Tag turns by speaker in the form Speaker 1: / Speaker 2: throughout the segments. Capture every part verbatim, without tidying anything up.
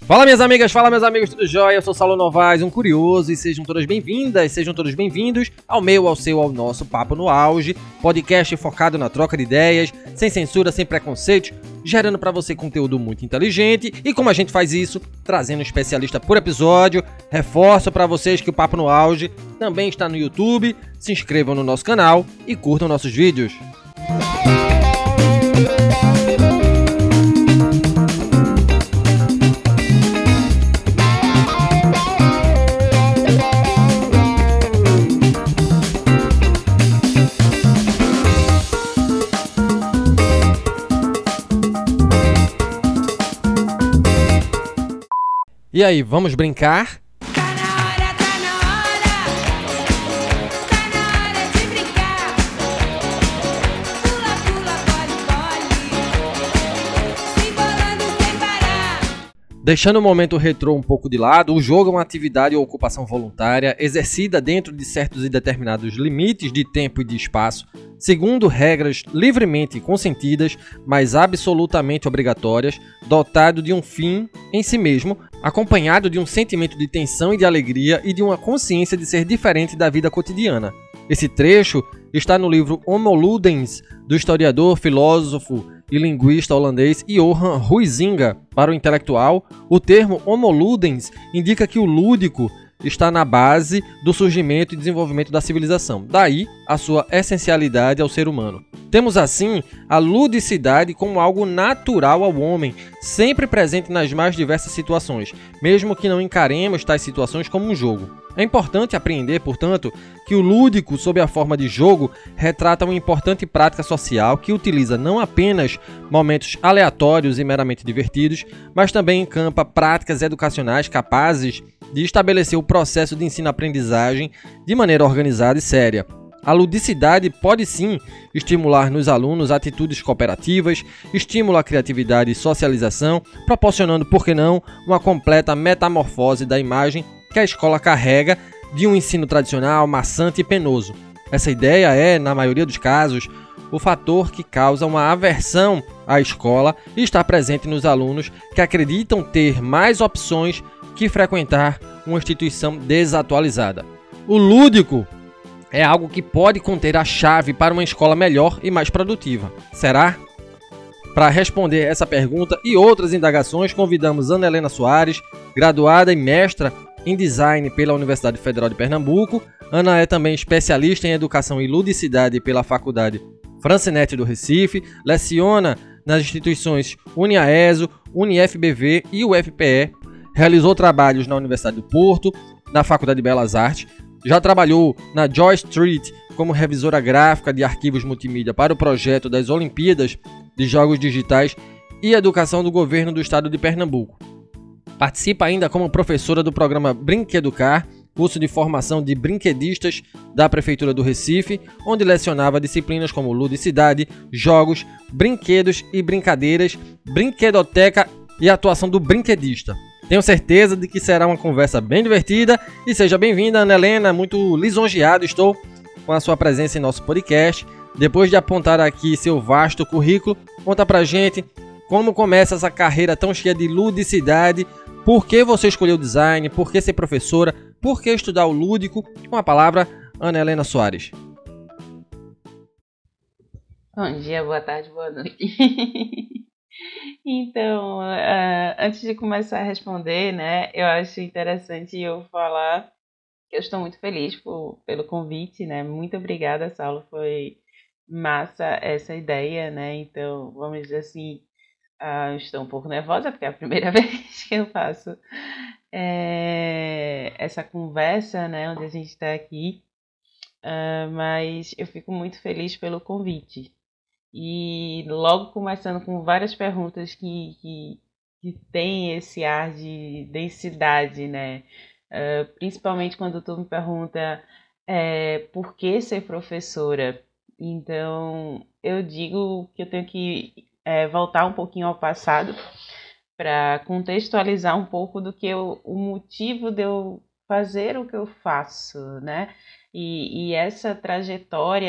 Speaker 1: Fala minhas amigas, fala meus amigos, tudo jóia? Eu sou Saulo Novaes, um curioso, e sejam todas bem-vindas, sejam todos bem-vindos ao meu, ao seu, ao nosso Papo no Auge, podcast focado na troca de ideias, sem censura, sem preconceitos, gerando pra você conteúdo muito inteligente. E como a gente faz isso? Trazendo um especialista por episódio. Reforço pra vocês que o Papo no Auge também está no YouTube, se inscrevam no nosso canal e curtam nossos vídeos. E aí, vamos brincar?
Speaker 2: Tá na hora, tá na hora, tá na hora de brincar. Pula, pula, pole, pole, se embolando sem parar.
Speaker 1: Deixando o momento retrô um pouco de lado, o jogo é uma atividade ou ocupação voluntária exercida dentro de certos e determinados limites de tempo e de espaço, segundo regras livremente consentidas, mas absolutamente obrigatórias, dotado de um fim em si mesmo, acompanhado de um sentimento de tensão e de alegria e de uma consciência de ser diferente da vida cotidiana. Esse trecho está no livro Homo Ludens, do historiador, filósofo e linguista holandês Johan Huizinga. Para o intelectual, o termo Homo Ludens indica que o lúdico está na base do surgimento e desenvolvimento da civilização, daí a sua essencialidade ao ser humano. Temos assim a ludicidade como algo natural ao homem, sempre presente nas mais diversas situações, mesmo que não encaremos tais situações como um jogo. É importante apreender, portanto, que o lúdico, sob a forma de jogo, retrata uma importante prática social que utiliza não apenas momentos aleatórios e meramente divertidos, mas também encampa práticas educacionais capazes de estabelecer o processo de ensino-aprendizagem de maneira organizada e séria. A ludicidade pode sim estimular nos alunos atitudes cooperativas, estimula a criatividade e socialização, proporcionando, por que não, uma completa metamorfose da imagem que a escola carrega de um ensino tradicional, maçante e penoso. Essa ideia é, na maioria dos casos, o fator que causa uma aversão à escola e está presente nos alunos que acreditam ter mais opções que frequentar uma instituição desatualizada. O lúdico é algo que pode conter a chave para uma escola melhor e mais produtiva. Será? Para responder essa pergunta e outras indagações, convidamos Ana Helena Soares, graduada e mestra em Design pela Universidade Federal de Pernambuco. Ana é também especialista em Educação e Ludicidade pela Faculdade Francinete do Recife, leciona nas instituições Uniaeso, Unief B V e U F P E, realizou trabalhos na Universidade do Porto, na Faculdade de Belas Artes, já trabalhou na Joy Street como revisora gráfica de arquivos multimídia para o projeto das Olimpíadas de Jogos Digitais e Educação do Governo do Estado de Pernambuco. Participa ainda como professora do programa Brinqueducar, curso de formação de brinquedistas da Prefeitura do Recife, onde lecionava disciplinas como ludicidade, jogos, brinquedos e brincadeiras, brinquedoteca e atuação do brinquedista. Tenho certeza de que será uma conversa bem divertida e seja bem-vinda, Ana Helena, muito lisonjeado estou com a sua presença em nosso podcast. Depois de apontar aqui seu vasto currículo, conta pra gente como começa essa carreira tão cheia de ludicidade, por que você escolheu design, por que ser professora, por que estudar o lúdico. Com a palavra, Ana Helena Soares.
Speaker 3: Bom dia, boa tarde, boa noite. Então, uh, antes de começar a responder, né, eu acho interessante eu falar que eu estou muito feliz por, pelo convite, né, muito obrigada, Saulo, foi massa essa ideia, né, então, vamos dizer assim, uh, estou um pouco nervosa, porque é a primeira vez que eu faço é, essa conversa, né, onde a gente está aqui, uh, mas eu fico muito feliz pelo convite. E logo começando com várias perguntas que, que, que tem esse ar de densidade, né? Uh, principalmente quando tu me pergunta é, por que ser professora. Então, eu digo que eu tenho que é, voltar um pouquinho ao passado para contextualizar um pouco do que eu, o motivo de eu fazer o que eu faço, né? E, e essa trajetória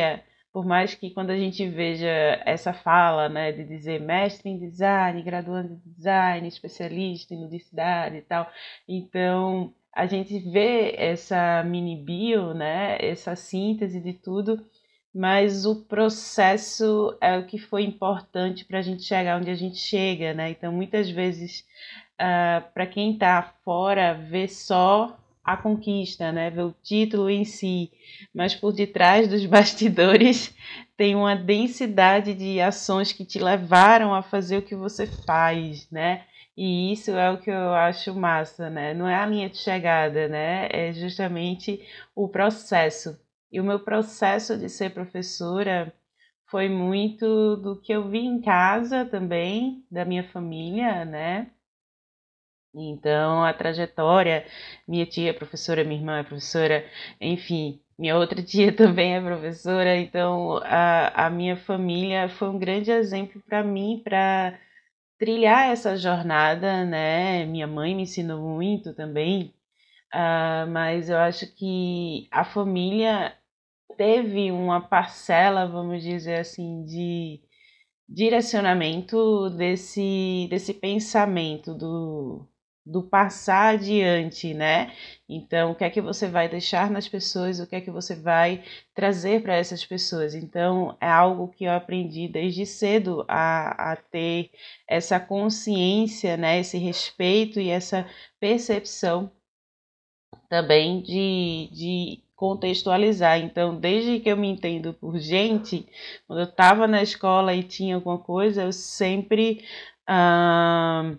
Speaker 3: por mais que quando a gente veja essa fala, né, de dizer mestre em design, graduando em design, especialista em ludicidade e tal, então a gente vê essa mini bio, né, essa síntese de tudo, mas o processo é o que foi importante para a gente chegar onde a gente chega, né? Então, muitas vezes, uh, para quem está fora, vê só a conquista, né? Vê o título em si, mas por detrás dos bastidores tem uma densidade de ações que te levaram a fazer o que você faz, né? E isso é o que eu acho massa, né? Não é a linha de chegada, né? É justamente o processo. E o meu processo de ser professora foi muito do que eu vi em casa também, da minha família, né? Então, a trajetória, minha tia é professora, minha irmã é professora, enfim, minha outra tia também é professora, então a, a minha família foi um grande exemplo para mim, para trilhar essa jornada, né? Minha mãe me ensinou muito também, uh, mas eu acho que a família teve uma parcela, vamos dizer assim, de direcionamento desse, desse pensamento do, do passar adiante, né? Então, o que é que você vai deixar nas pessoas, o que é que você vai trazer para essas pessoas? Então, é algo que eu aprendi desde cedo a, a ter essa consciência, né? Esse respeito e essa percepção também de, de contextualizar. Então, desde que eu me entendo por gente, quando eu estava na escola e tinha alguma coisa, eu sempre ah,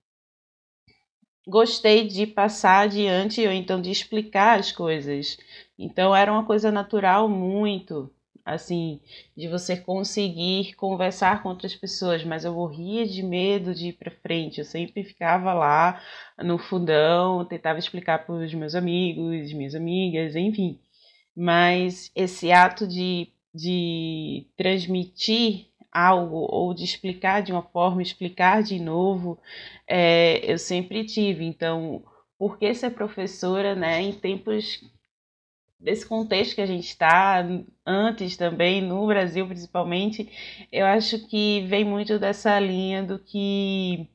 Speaker 3: gostei de passar adiante ou então de explicar as coisas. Então, era uma coisa natural muito, assim, de você conseguir conversar com outras pessoas, mas eu morria de medo de ir para frente. Eu sempre ficava lá no fundão, tentava explicar para os meus amigos, minhas amigas, enfim. Mas esse ato de, de transmitir algo ou de explicar de uma forma, explicar de novo, é, eu sempre tive. Então, por que ser professora, né, em tempos desse contexto que a gente está, antes também, no Brasil principalmente, eu acho que vem muito dessa linha do que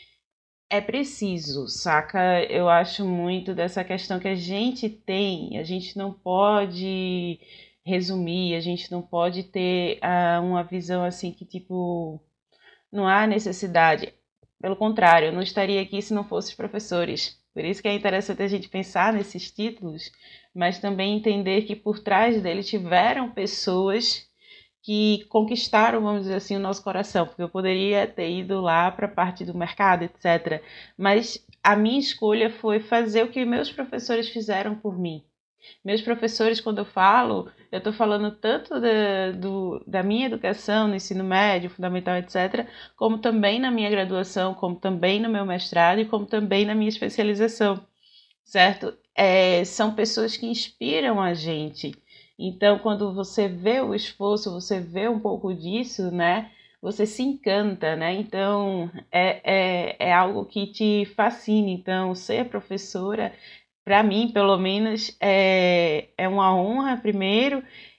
Speaker 3: é preciso, saca? Eu acho muito dessa questão que a gente tem, a gente não pode resumir, a gente não pode ter uh, uma visão assim que, tipo, não há necessidade. Pelo contrário, eu não estaria aqui se não fossem os professores. Por isso que é interessante a gente pensar nesses títulos, mas também entender que por trás dele tiveram pessoas que conquistaram, vamos dizer assim, o nosso coração, porque eu poderia ter ido lá para a parte do mercado, etcétera. Mas a minha escolha foi fazer o que meus professores fizeram por mim. Meus professores, quando eu falo, eu estou falando tanto da, do, da minha educação no ensino médio, fundamental, etcétera, como também na minha graduação, como também no meu mestrado e como também na minha especialização, certo? É, são pessoas que inspiram a gente. Então, quando você vê o esforço, você vê um pouco disso, né? Você se encanta, né? Então, é, é, é algo que te fascina. Então, ser professora, para mim, pelo menos, é, é uma honra, primeiro,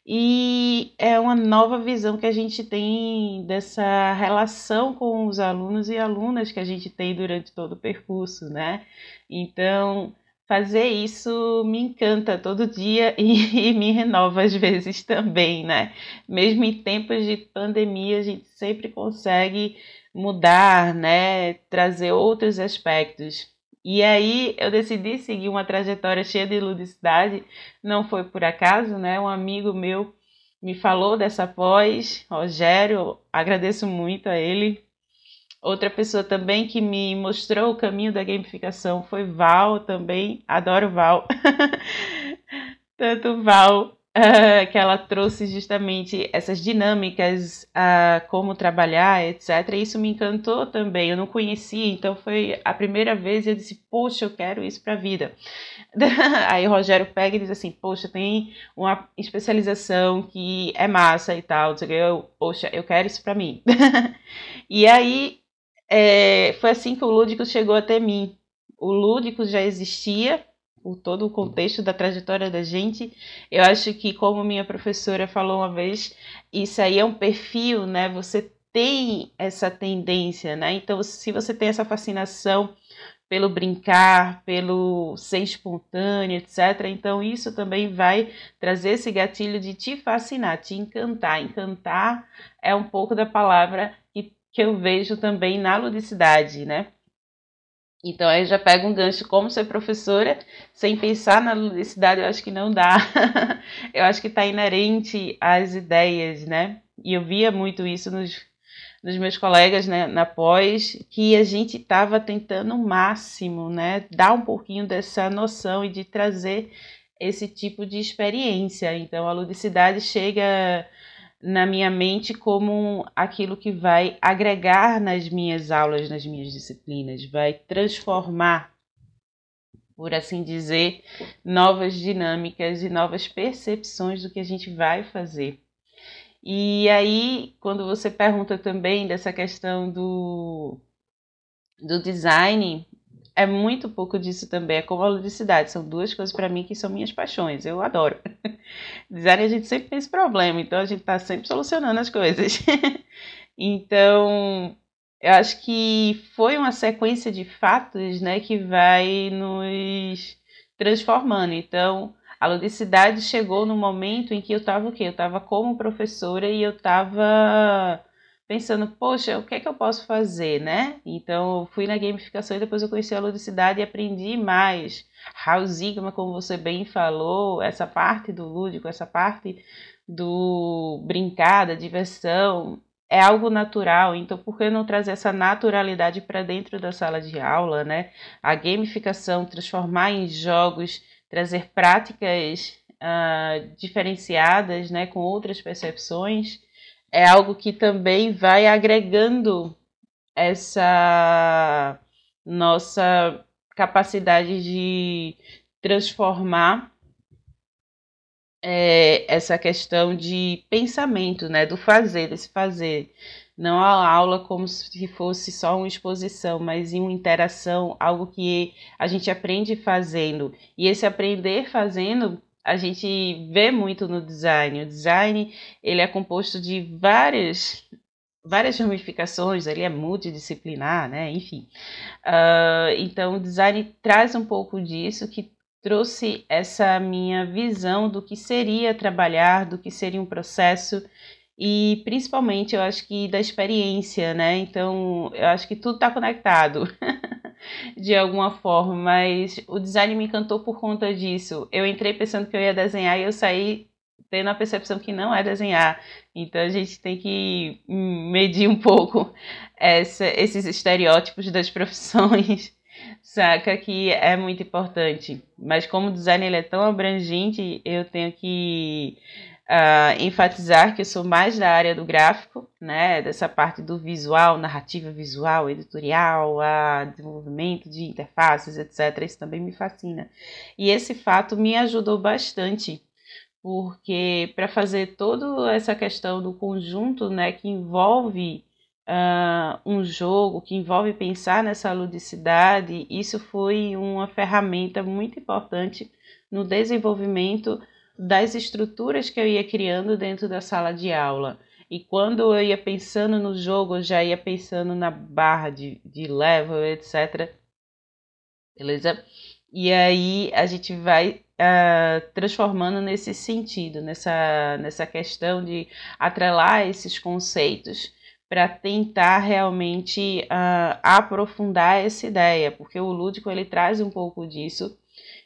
Speaker 3: e é uma nova visão que a gente tem dessa relação com os alunos e alunas que a gente tem durante todo o percurso, né? Então, fazer isso me encanta todo dia e, e me renova às vezes também, né? Mesmo em tempos de pandemia, a gente sempre consegue mudar, né? Trazer outros aspectos. E aí eu decidi seguir uma trajetória cheia de ludicidade, não foi por acaso, né? Um amigo meu me falou dessa pós, Rogério, agradeço muito a ele. Outra pessoa também que me mostrou o caminho da gamificação foi Val também, adoro Val. Tanto Val, uh, que ela trouxe justamente essas dinâmicas, uh, como trabalhar, etcétera. Isso me encantou também, eu não conhecia, então foi a primeira vez e eu disse, poxa, eu quero isso para a vida. Aí o Rogério pega e diz assim, poxa, tem uma especialização que é massa e tal, eu, poxa, eu quero isso para mim. E aí, é, foi assim que o Lúdico chegou até mim. O Lúdico já existia, por todo o contexto da trajetória da gente. Eu acho que, como minha professora falou uma vez, isso aí é um perfil, né? Você tem essa tendência, né? Então, se você tem essa fascinação pelo brincar, pelo ser espontâneo, etcétera. Então, isso também vai trazer esse gatilho de te fascinar, te encantar. Encantar é um pouco da palavra que, que eu vejo também na ludicidade, né? Então, aí eu já pego um gancho como ser professora, sem pensar na ludicidade, eu acho que não dá. Eu acho que está inerente às ideias, né? E eu via muito isso nos dos meus colegas, né, na pós, que a gente estava tentando o máximo, né, dar um pouquinho dessa noção e de trazer esse tipo de experiência. Então, a ludicidade chega na minha mente como aquilo que vai agregar nas minhas aulas, nas minhas disciplinas, vai transformar, por assim dizer, novas dinâmicas e novas percepções do que a gente vai fazer. E aí, quando você pergunta também dessa questão do, do design, é muito pouco disso também, é como a ludicidade, são duas coisas para mim que são minhas paixões, eu adoro. Design a gente sempre tem esse problema, então a gente está sempre solucionando as coisas. Então, eu acho que foi uma sequência de fatos, né, que vai nos transformando. Então, a ludicidade chegou no momento em que eu estava o quê? Eu estava como professora e eu estava pensando, poxa, o que é que eu posso fazer, né? Então, eu fui na gamificação e depois eu conheci a ludicidade e aprendi mais. Raul Zigman, como você bem falou, essa parte do lúdico, essa parte do brincar, da diversão, é algo natural. Então, por que não trazer essa naturalidade para dentro da sala de aula, né? A gamificação, transformar em jogos, trazer práticas uh, diferenciadas, né, com outras percepções, é algo que também vai agregando essa nossa capacidade de transformar é, essa questão de pensamento, né, do fazer, desse fazer. Não a aula como se fosse só uma exposição, mas em uma interação, algo que a gente aprende fazendo. E esse aprender fazendo, a gente vê muito no design. O design, ele é composto de várias, várias ramificações, ele é multidisciplinar, né? Enfim. Uh, então, o design traz um pouco disso, que trouxe essa minha visão do que seria trabalhar, do que seria um processo, e principalmente eu acho que da experiência, né? Então eu acho que tudo está conectado de alguma forma, mas o design me encantou por conta disso. Eu entrei pensando que eu ia desenhar e eu saí tendo a percepção que não é desenhar. Então a gente tem que medir um pouco essa, esses estereótipos das profissões, saca? Que é muito importante. Mas como o design ele é tão abrangente, eu tenho que Uh, enfatizar que eu sou mais da área do gráfico, né, dessa parte do visual, narrativa visual, editorial, a desenvolvimento de interfaces, etcétera. Isso também me fascina. E esse fato me ajudou bastante, porque para fazer toda essa questão do conjunto, né, que envolve uh, um jogo, que envolve pensar nessa ludicidade, isso foi uma ferramenta muito importante no desenvolvimento das estruturas que eu ia criando dentro da sala de aula. E quando eu ia pensando no jogo, eu já ia pensando na barra de, de level, etcétera. Beleza? E aí a gente vai uh, transformando nesse sentido, nessa, nessa questão de atrelar esses conceitos para tentar realmente uh, aprofundar essa ideia, porque o lúdico ele traz um pouco disso,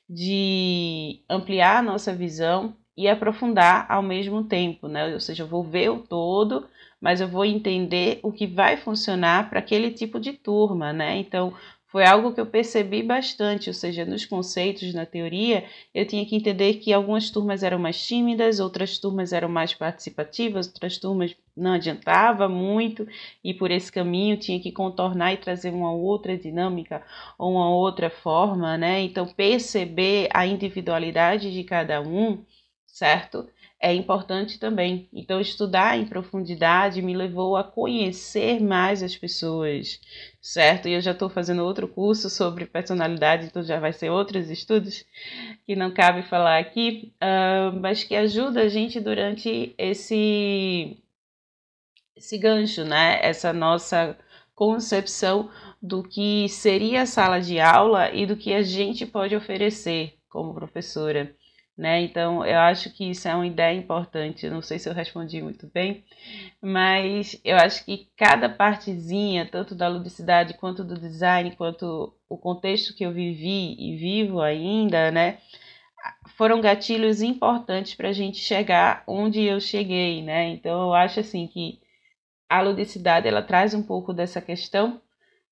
Speaker 3: de ampliar a nossa visão e aprofundar ao mesmo tempo, né? Ou seja, eu vou ver o todo, mas eu vou entender o que vai funcionar para aquele tipo de turma, né? Então, foi algo que eu percebi bastante, ou seja, nos conceitos, na teoria, eu tinha que entender que algumas turmas eram mais tímidas, outras turmas eram mais participativas, outras turmas não adiantava muito, e por esse caminho tinha que contornar e trazer uma outra dinâmica ou uma outra forma, né? Então, perceber a individualidade de cada um, certo? é importante também. Então, estudar em profundidade me levou a conhecer mais as pessoas, certo? E eu já estou fazendo outro curso sobre personalidade, então já vai ser outros estudos que não cabe falar aqui, uh, mas que ajuda a gente durante esse, esse gancho, né? Essa nossa concepção do que seria a sala de aula e do que a gente pode oferecer como professora, né? Então, eu acho que isso é uma ideia importante. Eu não sei se eu respondi muito bem, mas eu acho que cada partezinha, tanto da ludicidade quanto do design, quanto o contexto que eu vivi e vivo ainda, né, foram gatilhos importantes para a gente chegar onde eu cheguei, né? Então, eu acho assim que a ludicidade ela traz um pouco dessa questão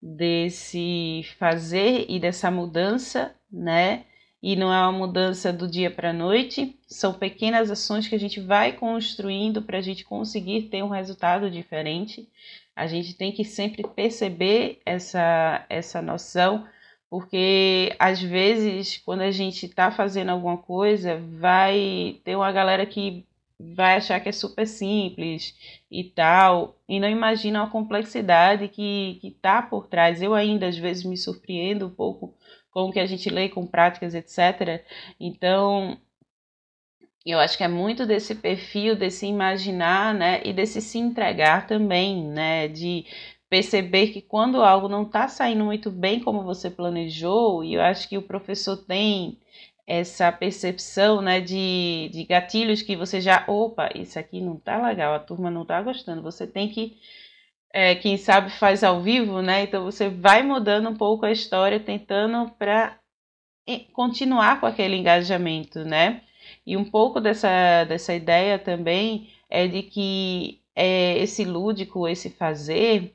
Speaker 3: desse fazer e dessa mudança, né? E não é uma mudança do dia para a noite, são pequenas ações que a gente vai construindo para a gente conseguir ter um resultado diferente. A gente tem que sempre perceber essa, essa noção, porque às vezes quando a gente está fazendo alguma coisa, vai ter uma galera que vai achar que é super simples e tal, e não imagina a complexidade que que está por trás. Eu ainda às vezes me surpreendo um pouco com o que a gente lê, com práticas, etcétera. Então, eu acho que é muito desse perfil, desse imaginar, né, e desse se entregar também, né, de perceber que quando algo não está saindo muito bem como você planejou, e eu acho que o professor tem essa percepção, né, de, de gatilhos que você já, opa, isso aqui não tá legal, a turma não tá gostando, você tem que, é, quem sabe faz ao vivo, né, então você vai mudando um pouco a história, tentando para continuar com aquele engajamento, né, e um pouco dessa, dessa ideia também é de que é, esse lúdico, esse fazer,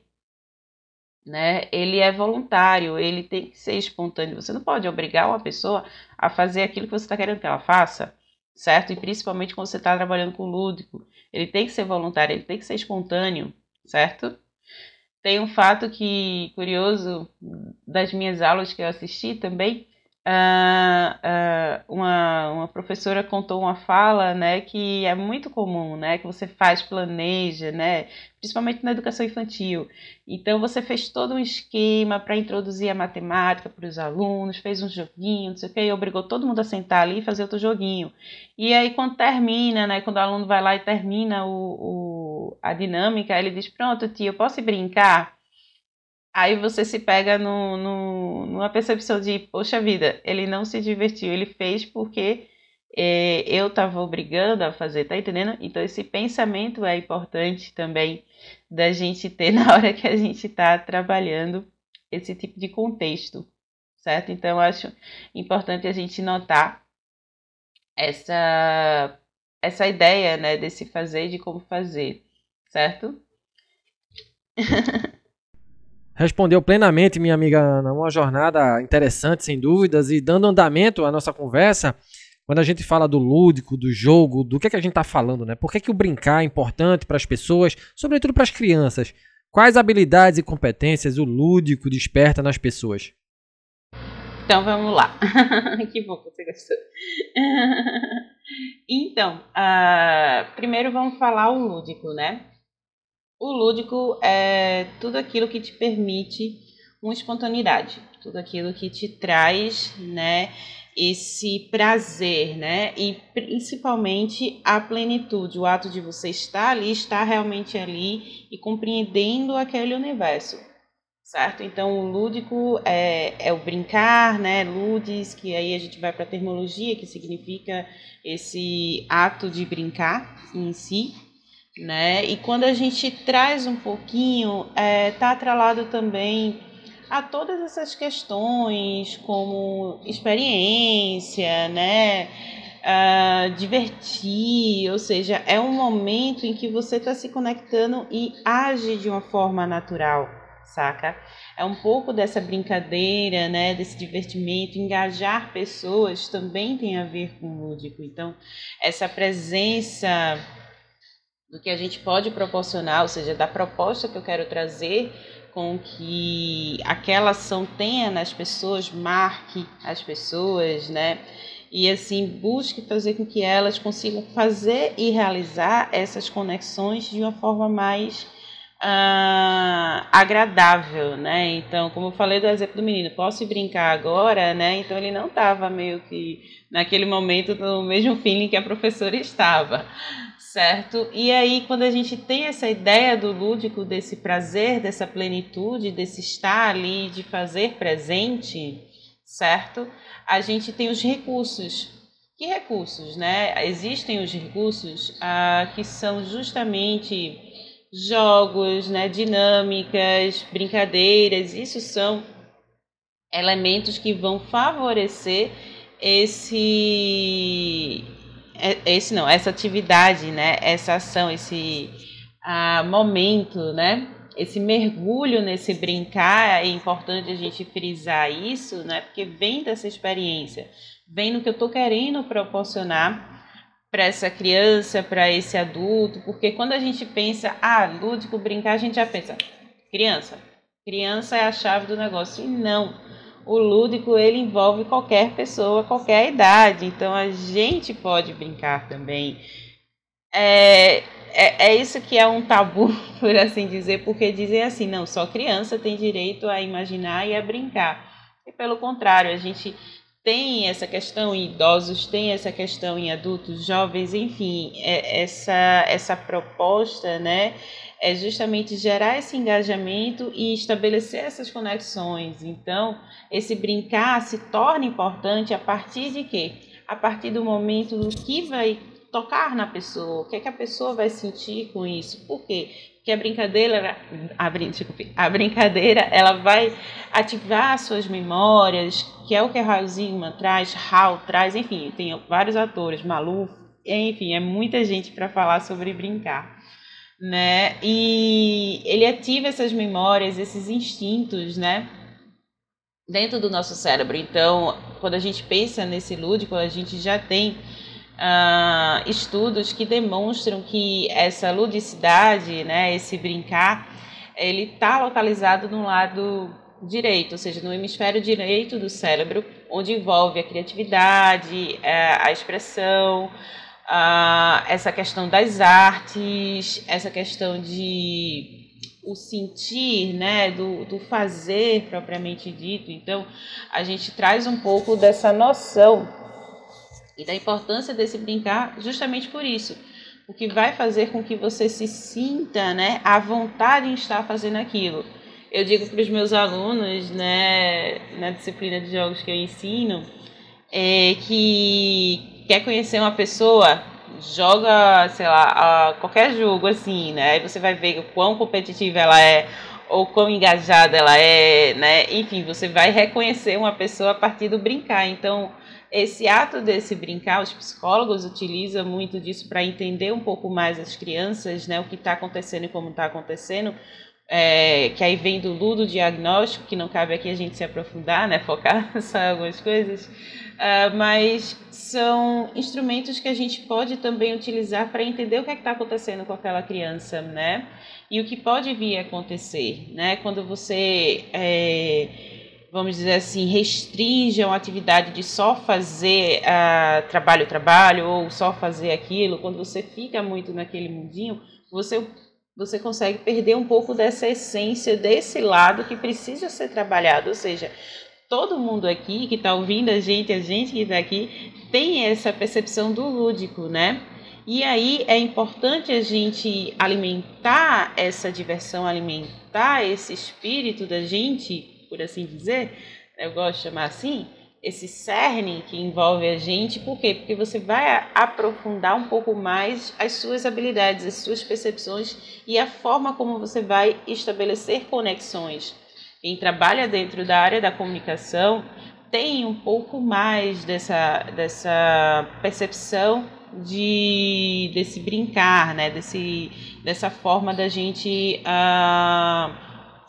Speaker 3: né, ele é voluntário, ele tem que ser espontâneo. Você não pode obrigar uma pessoa a fazer aquilo que você está querendo que ela faça, certo? E principalmente quando você está trabalhando com lúdico, ele tem que ser voluntário, ele tem que ser espontâneo, certo? Tem um fato que curioso das minhas aulas que eu assisti também. Uh, uh, uma, uma professora contou uma fala, né, que é muito comum, né, que você faz, planeja, né, principalmente na educação infantil. Então você fez todo um esquema para introduzir a matemática para os alunos, fez um joguinho, não sei o que, e obrigou todo mundo a sentar ali e fazer outro joguinho. E aí quando termina, né, quando o aluno vai lá e termina o, o, a dinâmica, ele diz, pronto, tia, eu posso ir brincar? Aí você se pega no, no, numa percepção de, poxa vida, ele não se divertiu, ele fez porque é, eu estava obrigando a fazer, tá entendendo? Então esse pensamento é importante também da gente ter na hora que a gente está trabalhando esse tipo de contexto, certo? Então eu acho importante a gente notar essa, essa ideia, né, desse fazer, de como fazer, certo?
Speaker 1: Respondeu plenamente, minha amiga Ana. Uma jornada interessante, sem dúvidas, e dando andamento à nossa conversa, quando a gente fala do lúdico, do jogo, do que é que a gente está falando, né? Por que, que o brincar é importante para as pessoas, sobretudo para as crianças? Quais habilidades e competências o lúdico desperta nas pessoas?
Speaker 3: Então vamos lá. Que bom que você gostou. Então, uh, primeiro vamos falar o lúdico, né? O lúdico é tudo aquilo que te permite uma espontaneidade, tudo aquilo que te traz, né, esse prazer, né, e principalmente a plenitude, o ato de você estar ali, estar realmente ali e compreendendo aquele universo, certo? Então o lúdico é, é o brincar, né, ludis, que aí a gente vai para a terminologia, que significa esse ato de brincar em si, né? E quando a gente traz um pouquinho, é, tá atrelado também a todas essas questões como experiência, né? Uh, divertir, ou seja, é um momento em que você está se conectando e age de uma forma natural, saca? É um pouco dessa brincadeira, né? Desse divertimento, engajar pessoas também tem a ver com o lúdico. Então, essa presença do que a gente pode proporcionar, ou seja, da proposta que eu quero trazer com que aquela ação tenha nas pessoas, marque as pessoas, né? e assim busque fazer com que elas consigam fazer e realizar essas conexões de uma forma mais ah, agradável, né? Então, como eu falei do exemplo do menino, posso ir brincar agora, né? Então ele não estava meio que naquele momento no mesmo feeling que a professora estava, certo? E aí, quando a gente tem essa ideia do lúdico, desse prazer, dessa plenitude, desse estar ali, de fazer presente, certo? A gente tem os recursos. Que recursos, né? Existem os recursos ah, que são justamente jogos, né? Dinâmicas, brincadeiras. Isso são elementos que vão favorecer esse, esse não, essa atividade, né? Essa ação, esse ah, momento, né? Esse mergulho nesse brincar. É importante a gente frisar isso, né? Porque vem dessa experiência, vem no que eu estou querendo proporcionar para essa criança, para esse adulto, porque quando a gente pensa, ah, lúdico, brincar, a gente já pensa, criança, criança é a chave do negócio, e não, o lúdico, ele envolve qualquer pessoa, qualquer idade, então a gente pode brincar também. É, é, é isso que é um tabu, por assim dizer, porque dizem assim, não, só criança tem direito a imaginar e a brincar, e pelo contrário, a gente tem essa questão em idosos, tem essa questão em adultos, jovens, enfim, é, essa, essa proposta, né, é justamente gerar esse engajamento e estabelecer essas conexões. Então, esse brincar se torna importante a partir de quê? A partir do momento do que vai tocar na pessoa, o que é que a pessoa vai sentir com isso. Por quê? Porque a brincadeira, a, brin, desculpe, a brincadeira, ela vai ativar suas memórias, que é o que a Raul Zingman traz, Hal traz, enfim, tem vários atores, Maluf, enfim, é muita gente para falar sobre brincar, né? E ele ativa essas memórias, esses instintos, né? Dentro do nosso cérebro. Então, quando a gente pensa nesse lúdico, a gente já tem Uh, estudos que demonstram que essa ludicidade, né, esse brincar, ele está localizado no lado direito, ou seja, no hemisfério direito do cérebro, onde envolve a criatividade, a expressão, uh, essa questão das artes, essa questão de o sentir, né, do, do fazer propriamente dito. Então, a gente traz um pouco dessa noção e da importância desse brincar justamente por isso, o que vai fazer com que você se sinta, né, à vontade em estar fazendo aquilo. Eu digo para os meus alunos, né, na disciplina de jogos que eu ensino, é, que quer conhecer uma pessoa, joga, sei lá, a qualquer jogo assim, né, aí você vai ver o quão competitiva ela é, ou quão engajada ela é, né, enfim, você vai reconhecer uma pessoa a partir do brincar. Então, esse ato desse brincar, os psicólogos utilizam muito disso para entender um pouco mais as crianças, né, o que está acontecendo e como está acontecendo, é, que aí vem do ludodiagnóstico, que não cabe aqui a gente se aprofundar, né, focar só em algumas coisas, uh, mas são instrumentos que a gente pode também utilizar para entender o que é está acontecendo com aquela criança, né, e o que pode vir a acontecer, né, quando você... É, vamos dizer assim, restringe uma atividade de só fazer uh, trabalho, trabalho, ou só fazer aquilo, quando você fica muito naquele mundinho, você, você consegue perder um pouco dessa essência, desse lado que precisa ser trabalhado. Ou seja, todo mundo aqui que está ouvindo a gente, a gente que está aqui, tem essa percepção do lúdico, né? E aí é importante a gente alimentar essa diversão, alimentar esse espírito da gente, por assim dizer, eu gosto de chamar assim, esse cerne que envolve a gente. Por quê? Porque você vai aprofundar um pouco mais as suas habilidades, as suas percepções e a forma como você vai estabelecer conexões. Quem trabalha dentro da área da comunicação tem um pouco mais dessa, dessa percepção de, desse brincar, né? Desse, dessa forma da gente... Uh,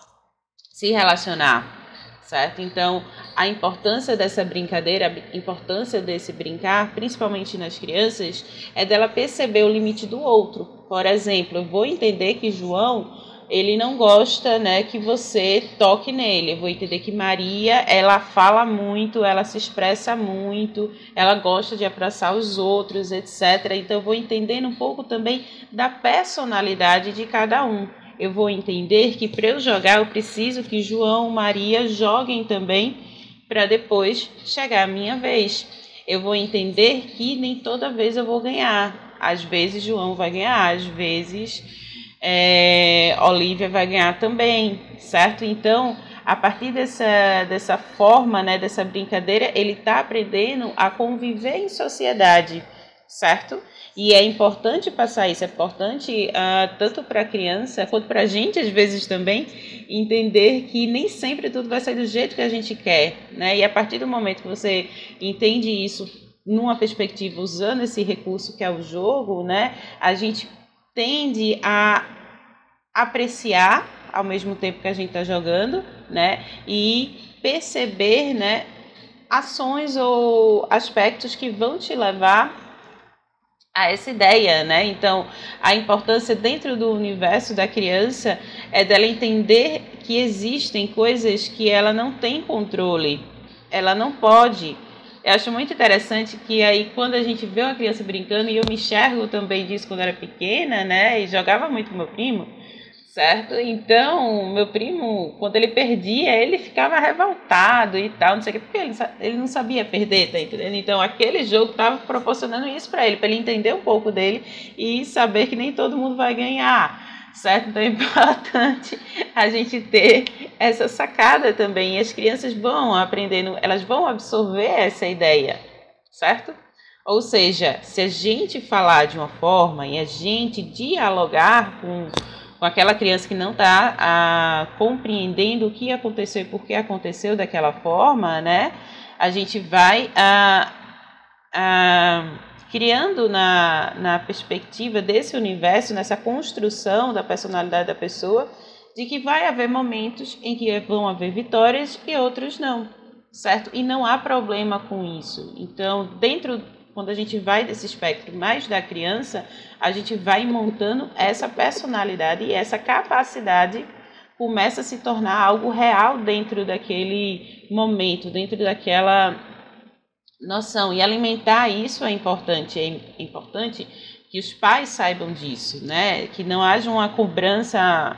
Speaker 3: se relacionar, certo? Então, a importância dessa brincadeira, a importância desse brincar, principalmente nas crianças, é dela perceber o limite do outro. Por exemplo, eu vou entender que João ele não gosta, né, que você toque nele. Eu vou entender que Maria, ela fala muito, ela se expressa muito, ela gosta de abraçar os outros, etcétera. Então eu vou entendendo um pouco também da personalidade de cada um. Eu vou entender que para eu jogar eu preciso que João, Maria joguem também para depois chegar a minha vez. Eu vou entender que nem toda vez eu vou ganhar. Às vezes João vai ganhar, às vezes é, Olivia vai ganhar também, certo? Então, a partir dessa, dessa forma, né, dessa brincadeira, ele está aprendendo a conviver em sociedade, certo? E é importante passar isso, é importante uh, tanto para a criança quanto para a gente, às vezes também, entender que nem sempre tudo vai sair do jeito que a gente quer, né? E a partir do momento que você entende isso numa perspectiva usando esse recurso que é o jogo, né? A gente tende a apreciar ao mesmo tempo que a gente está jogando, né? E perceber, né, ações ou aspectos que vão te levar a essa ideia, né? Então, a importância dentro do universo da criança é dela entender que existem coisas que ela não tem controle, ela não pode. Eu acho muito interessante que aí quando a gente vê uma criança brincando, e eu me enxergo também disso quando era pequena, né? E jogava muito com meu primo, certo? Então, meu primo, quando ele perdia, ele ficava revoltado e tal, não sei o que, porque ele, ele não sabia perder, tá entendendo? Então, aquele jogo estava proporcionando isso para ele, para ele entender um pouco dele e saber que nem todo mundo vai ganhar, certo? Então, é importante a gente ter essa sacada também, e as crianças vão aprendendo, elas vão absorver essa ideia, certo? Ou seja, se a gente falar de uma forma e a gente dialogar com com aquela criança que não está compreendendo o que aconteceu e por que aconteceu daquela forma, né? A gente vai a, a, criando na, na perspectiva desse universo, nessa construção da personalidade da pessoa, de que vai haver momentos em que vão haver vitórias e outros não, certo? E não há problema com isso. Então, dentro quando a gente vai desse espectro mais da criança, a gente vai montando essa personalidade e essa capacidade começa a se tornar algo real dentro daquele momento, dentro daquela noção. E alimentar isso é importante, é importante que os pais saibam disso, né? Que não haja uma cobrança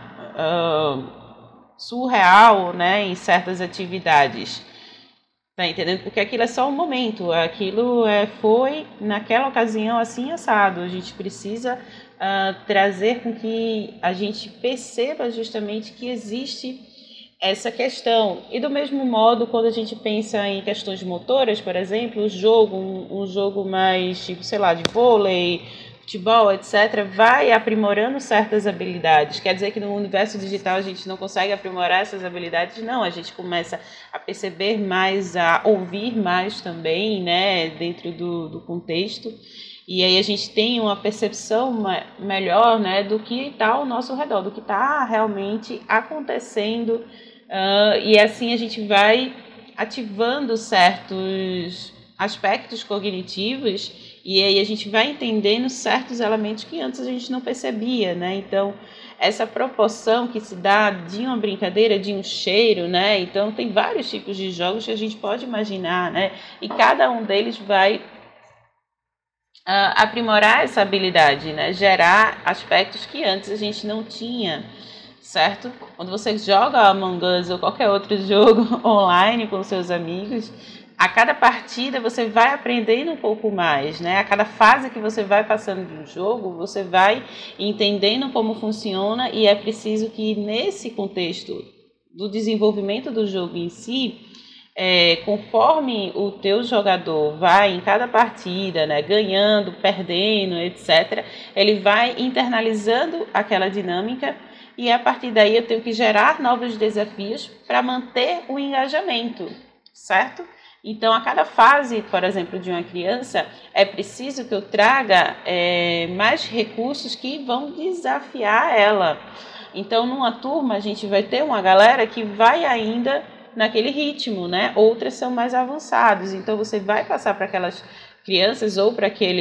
Speaker 3: uh, surreal, né, em certas atividades. Tá entendendo? Porque aquilo é só um momento, aquilo é, foi naquela ocasião assim assado. A gente precisa uh, trazer com que a gente perceba justamente que existe essa questão. E do mesmo modo, quando a gente pensa em questões motoras, por exemplo, o jogo, um, um jogo mais tipo, sei lá, de vôlei, futebol, etcétera, vai aprimorando certas habilidades. Quer dizer que no universo digital a gente não consegue aprimorar essas habilidades? Não, a gente começa a perceber mais, a ouvir mais também, né, dentro do, do contexto. E aí a gente tem uma percepção melhor, né, do que está ao nosso redor, do que está realmente acontecendo. Uh, e assim a gente vai ativando certos aspectos cognitivos e aí a gente vai entendendo certos elementos que antes a gente não percebia, né? Então, essa proporção que se dá de uma brincadeira, de um cheiro, né? Então, tem vários tipos de jogos que a gente pode imaginar, né? E cada um deles vai uh, aprimorar essa habilidade, né? Gerar aspectos que antes a gente não tinha, certo? Quando você joga Among Us ou qualquer outro jogo online com seus amigos, a cada partida você vai aprendendo um pouco mais, né? A cada fase que você vai passando de um jogo, você vai entendendo como funciona e é preciso que nesse contexto do desenvolvimento do jogo em si, é, conforme o teu jogador vai em cada partida, né, ganhando, perdendo, etcétera, ele vai internalizando aquela dinâmica e a partir daí eu tenho que gerar novos desafios para manter o engajamento, certo? Então, a cada fase, por exemplo, de uma criança, é preciso que eu traga é, mais recursos que vão desafiar ela. Então, numa turma, a gente vai ter uma galera que vai ainda naquele ritmo, né? Outras são mais avançados. Então, você vai passar para aquelas crianças ou para aquele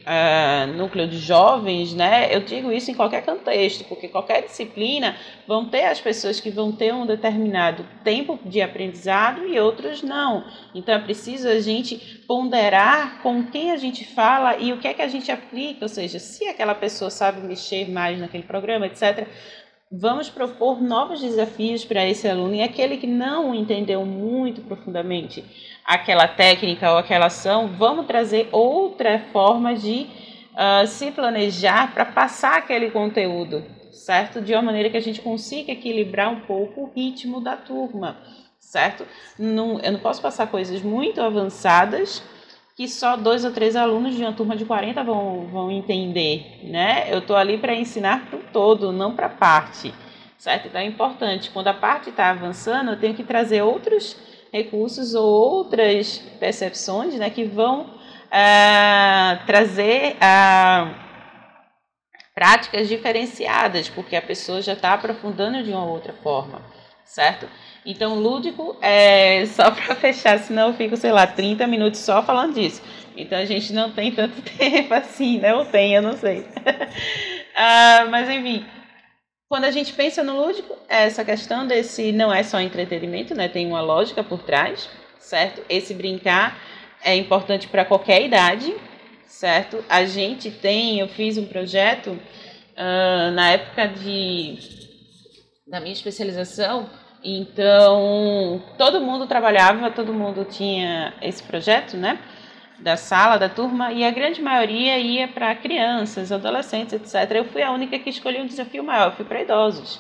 Speaker 3: uh, núcleo de jovens, né, eu digo isso em qualquer contexto, porque qualquer disciplina vão ter as pessoas que vão ter um determinado tempo de aprendizado e outros não. Então é preciso a gente ponderar com quem a gente fala e o que é que a gente aplica, ou seja, se aquela pessoa sabe mexer mais naquele programa, etcétera, vamos propor novos desafios para esse aluno, e aquele que não entendeu muito profundamente aquela técnica ou aquela ação, vamos trazer outra forma de uh, se planejar para passar aquele conteúdo, certo? De uma maneira que a gente consiga equilibrar um pouco o ritmo da turma, certo? Não, eu não posso passar coisas muito avançadas que só dois ou três alunos de uma turma de quarenta vão, vão entender, né? Eu estou ali para ensinar para o todo, não para a parte, certo? Então é importante, quando a parte está avançando, eu tenho que trazer outros recursos ou outras percepções, né, que vão ah, trazer ah, práticas diferenciadas, porque a pessoa já está aprofundando de uma outra forma, certo? Então, lúdico é só para fechar, senão eu fico, sei lá, trinta minutos só falando disso. Então, a gente não tem tanto tempo assim, né? Ou tem, eu não sei. ah, mas, enfim, quando a gente pensa no lúdico, essa questão desse não é só entretenimento, né? Tem uma lógica por trás, certo? Esse brincar é importante para qualquer idade, certo? A gente tem, eu fiz um projeto uh, na época de, da minha especialização. Então, todo mundo trabalhava, todo mundo tinha esse projeto, né, da sala, da turma, e a grande maioria ia para crianças, adolescentes, etcétera. Eu fui a única que escolhi um desafio maior, eu fui para idosos.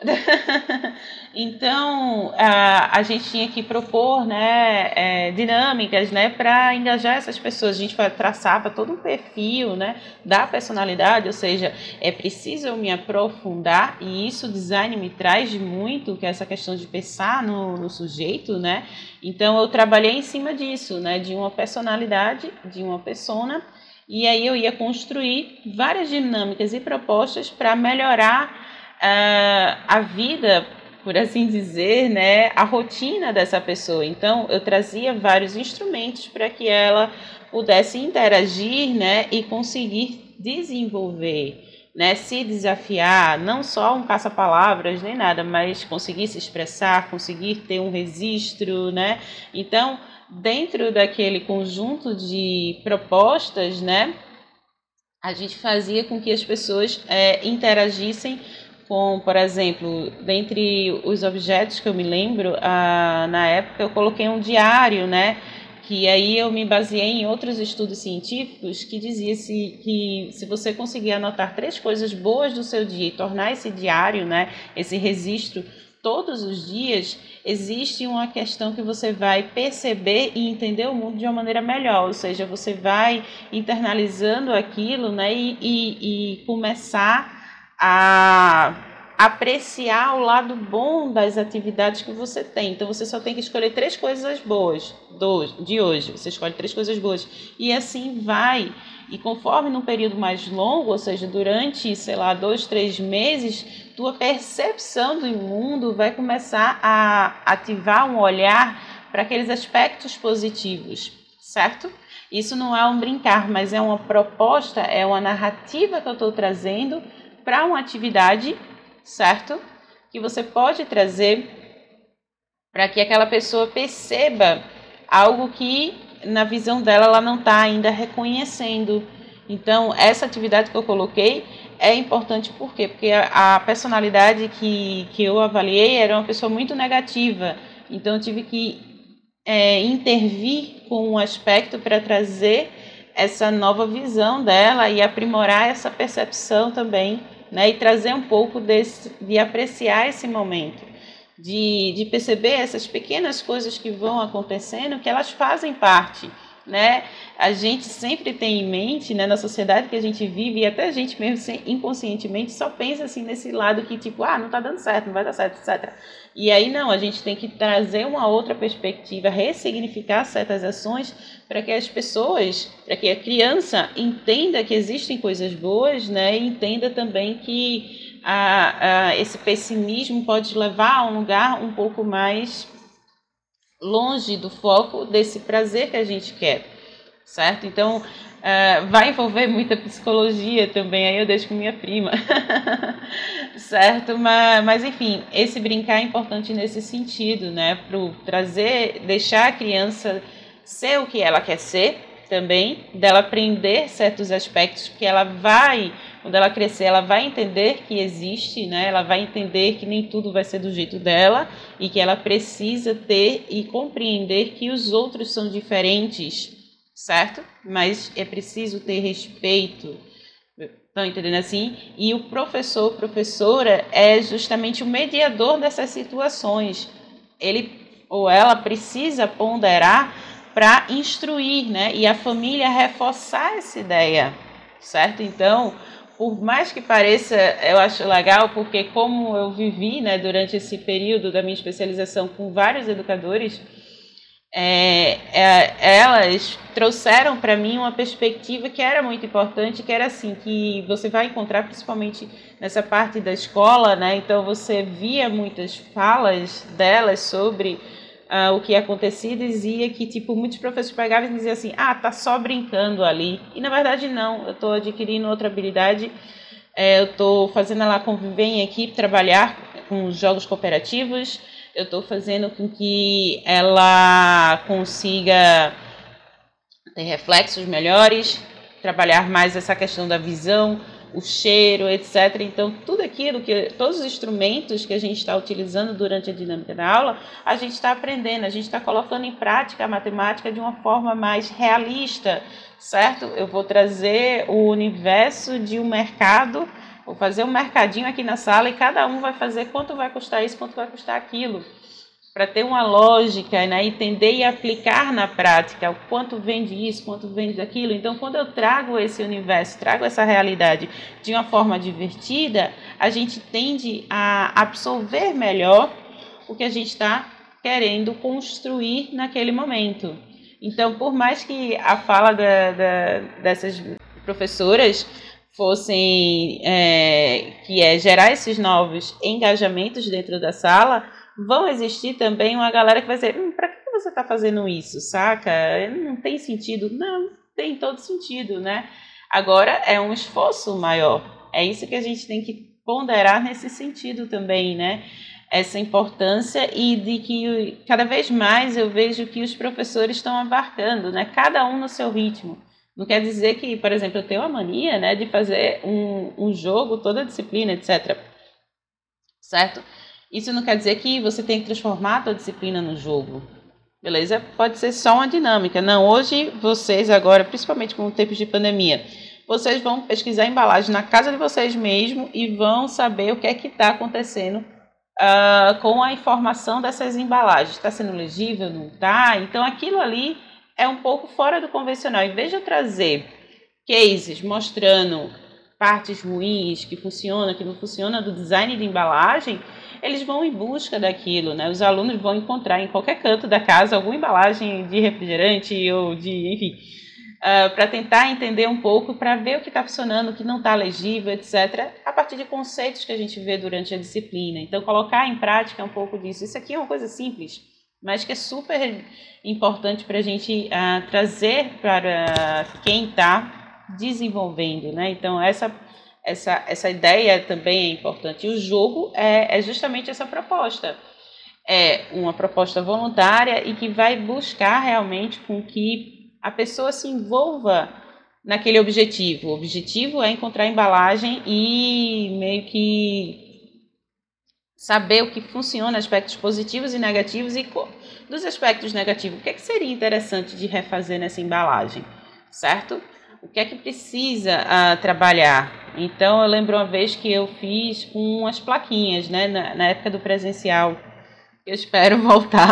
Speaker 3: Então, a, a gente tinha que propor, né, é, dinâmicas, né, para engajar essas pessoas. A gente traçava todo um perfil, né, da personalidade, ou seja, é preciso eu me aprofundar, e isso o design me traz muito, que é essa questão de pensar no, no sujeito, né. Então, eu trabalhei em cima disso, né, de uma personalidade, de uma persona, e aí eu ia construir várias dinâmicas e propostas para melhorar uh, a vida, por assim dizer, né, a rotina dessa pessoa. Então, eu trazia vários instrumentos para que ela pudesse interagir, né, e conseguir desenvolver, né, se desafiar, não só um caça-palavras nem nada, mas conseguir se expressar, conseguir ter um registro, né. Então, dentro daquele conjunto de propostas, né, a gente fazia com que as pessoas é, interagissem com, por exemplo, dentre os objetos que eu me lembro, ah, na época eu coloquei um diário, né, que aí eu me baseei em outros estudos científicos que dizia se, que se você conseguir anotar três coisas boas do seu dia e tornar esse diário, né, esse registro todos os dias, existe uma questão que você vai perceber e entender o mundo de uma maneira melhor, ou seja, você vai internalizando aquilo, né, e, e, e começar a apreciar o lado bom das atividades que você tem. Então, você só tem que escolher três coisas boas do, de hoje. Você escolhe três coisas boas. E assim vai. E conforme num período mais longo, ou seja, durante, sei lá, dois, três meses, tua percepção do mundo vai começar a ativar um olhar para aqueles aspectos positivos, certo? Isso não é um brincar, mas é uma proposta, é uma narrativa que eu estou trazendo para uma atividade, certo? Que você pode trazer para que aquela pessoa perceba algo que, na visão dela, ela não está ainda reconhecendo. Então, essa atividade que eu coloquei é importante por quê? Porque a, a personalidade que, que eu avaliei era uma pessoa muito negativa. Então, eu tive que é, intervir com um aspecto para trazer essa nova visão dela e aprimorar essa percepção também, né, e trazer um pouco desse, de apreciar esse momento, de, de perceber essas pequenas coisas que vão acontecendo, que elas fazem parte, né? A gente sempre tem em mente, né, na sociedade que a gente vive, e até a gente mesmo inconscientemente só pensa assim nesse lado que tipo, ah, não está dando certo, não vai dar certo, etcétera. E aí não, a gente tem que trazer uma outra perspectiva, ressignificar certas ações para que as pessoas, para que a criança entenda que existem coisas boas, né, e entenda também que a, a, esse pessimismo pode levar a um lugar um pouco mais longe do foco desse prazer que a gente quer, certo? Então, Uh, vai envolver muita psicologia também, aí eu deixo com minha prima. Certo? Mas, mas, enfim, esse brincar é importante nesse sentido, né? Para trazer, deixar a criança ser o que ela quer ser também, dela aprender certos aspectos, porque ela vai, quando ela crescer, ela vai entender que existe, né? Ela vai entender que nem tudo vai ser do jeito dela e que ela precisa ter e compreender que os outros são diferentes, certo? Mas é preciso ter respeito. Estão entendendo assim? E o professor, professora, é justamente o mediador dessas situações. Ele ou ela precisa ponderar para instruir, né? E a família reforçar essa ideia, certo? Então, por mais que pareça, eu acho legal, porque como eu vivi, né, durante esse período da minha especialização com vários educadores, É, é, elas trouxeram para mim uma perspectiva que era muito importante, que era assim, que você vai encontrar principalmente nessa parte da escola, né? Então você via muitas falas delas sobre uh, o que acontecia e dizia que, tipo, muitos professores pegavam e diziam assim, ah, tá só brincando ali. E na verdade não, eu estou adquirindo outra habilidade, é, eu estou fazendo ela conviver em equipe, trabalhar com jogos cooperativos, eu estou fazendo com que ela consiga ter reflexos melhores, trabalhar mais essa questão da visão, o cheiro, etcétera. Então, tudo aquilo, que todos os instrumentos que a gente está utilizando durante a dinâmica da aula, a gente está aprendendo, a gente está colocando em prática a matemática de uma forma mais realista, certo? Eu vou trazer o universo de um mercado, vou fazer um mercadinho aqui na sala e cada um vai fazer quanto vai custar isso, quanto vai custar aquilo, para ter uma lógica, né, entender e aplicar na prática o quanto vende isso, quanto vende aquilo. Então, quando eu trago esse universo, trago essa realidade de uma forma divertida, a gente tende a absorver melhor o que a gente está querendo construir naquele momento. Então, por mais que a fala da, da, dessas professoras fossem, é, que é gerar esses novos engajamentos dentro da sala, vão existir também uma galera que vai dizer, hum, para que você está fazendo isso, saca? Não tem sentido. Não, tem todo sentido, né? Agora é um esforço maior. É isso que a gente tem que ponderar nesse sentido também, né? Essa importância e de que cada vez mais eu vejo que os professores estão abarcando, né? Cada um no seu ritmo. Não quer dizer que, por exemplo, eu tenho a mania, né, de fazer um, um jogo, toda a disciplina, etcétera. Certo? Isso não quer dizer que você tem que transformar a tua disciplina no jogo. Beleza? Pode ser só uma dinâmica. Não, hoje vocês agora, principalmente com tempos de pandemia, vocês vão pesquisar a embalagem na casa de vocês mesmo e vão saber o que é que está acontecendo uh, com a informação dessas embalagens. Está sendo legível? Não está? Então, aquilo ali é um pouco fora do convencional. Em vez de eu trazer cases mostrando partes ruins, que funcionam, que não funcionam do design de embalagem, eles vão em busca daquilo, né? Os alunos vão encontrar em qualquer canto da casa alguma embalagem de refrigerante ou de, enfim, uh, para tentar entender um pouco, para ver o que está funcionando, o que não está legível, etcétera, a partir de conceitos que a gente vê durante a disciplina. Então, colocar em prática um pouco disso. Isso aqui é uma coisa simples, mas que é super importante para a gente uh, trazer para quem está desenvolvendo, né? Então, essa, essa, essa ideia também é importante. E o jogo é, é justamente essa proposta. É uma proposta voluntária e que vai buscar realmente com que a pessoa se envolva naquele objetivo. O objetivo é encontrar a embalagem e meio que saber o que funciona, aspectos positivos e negativos, e dos aspectos negativos, o que é que seria interessante de refazer nessa embalagem, certo? O que é que precisa uh, trabalhar? Então, eu lembro uma vez que eu fiz com umas plaquinhas, né, na, na época do presencial. Eu espero voltar.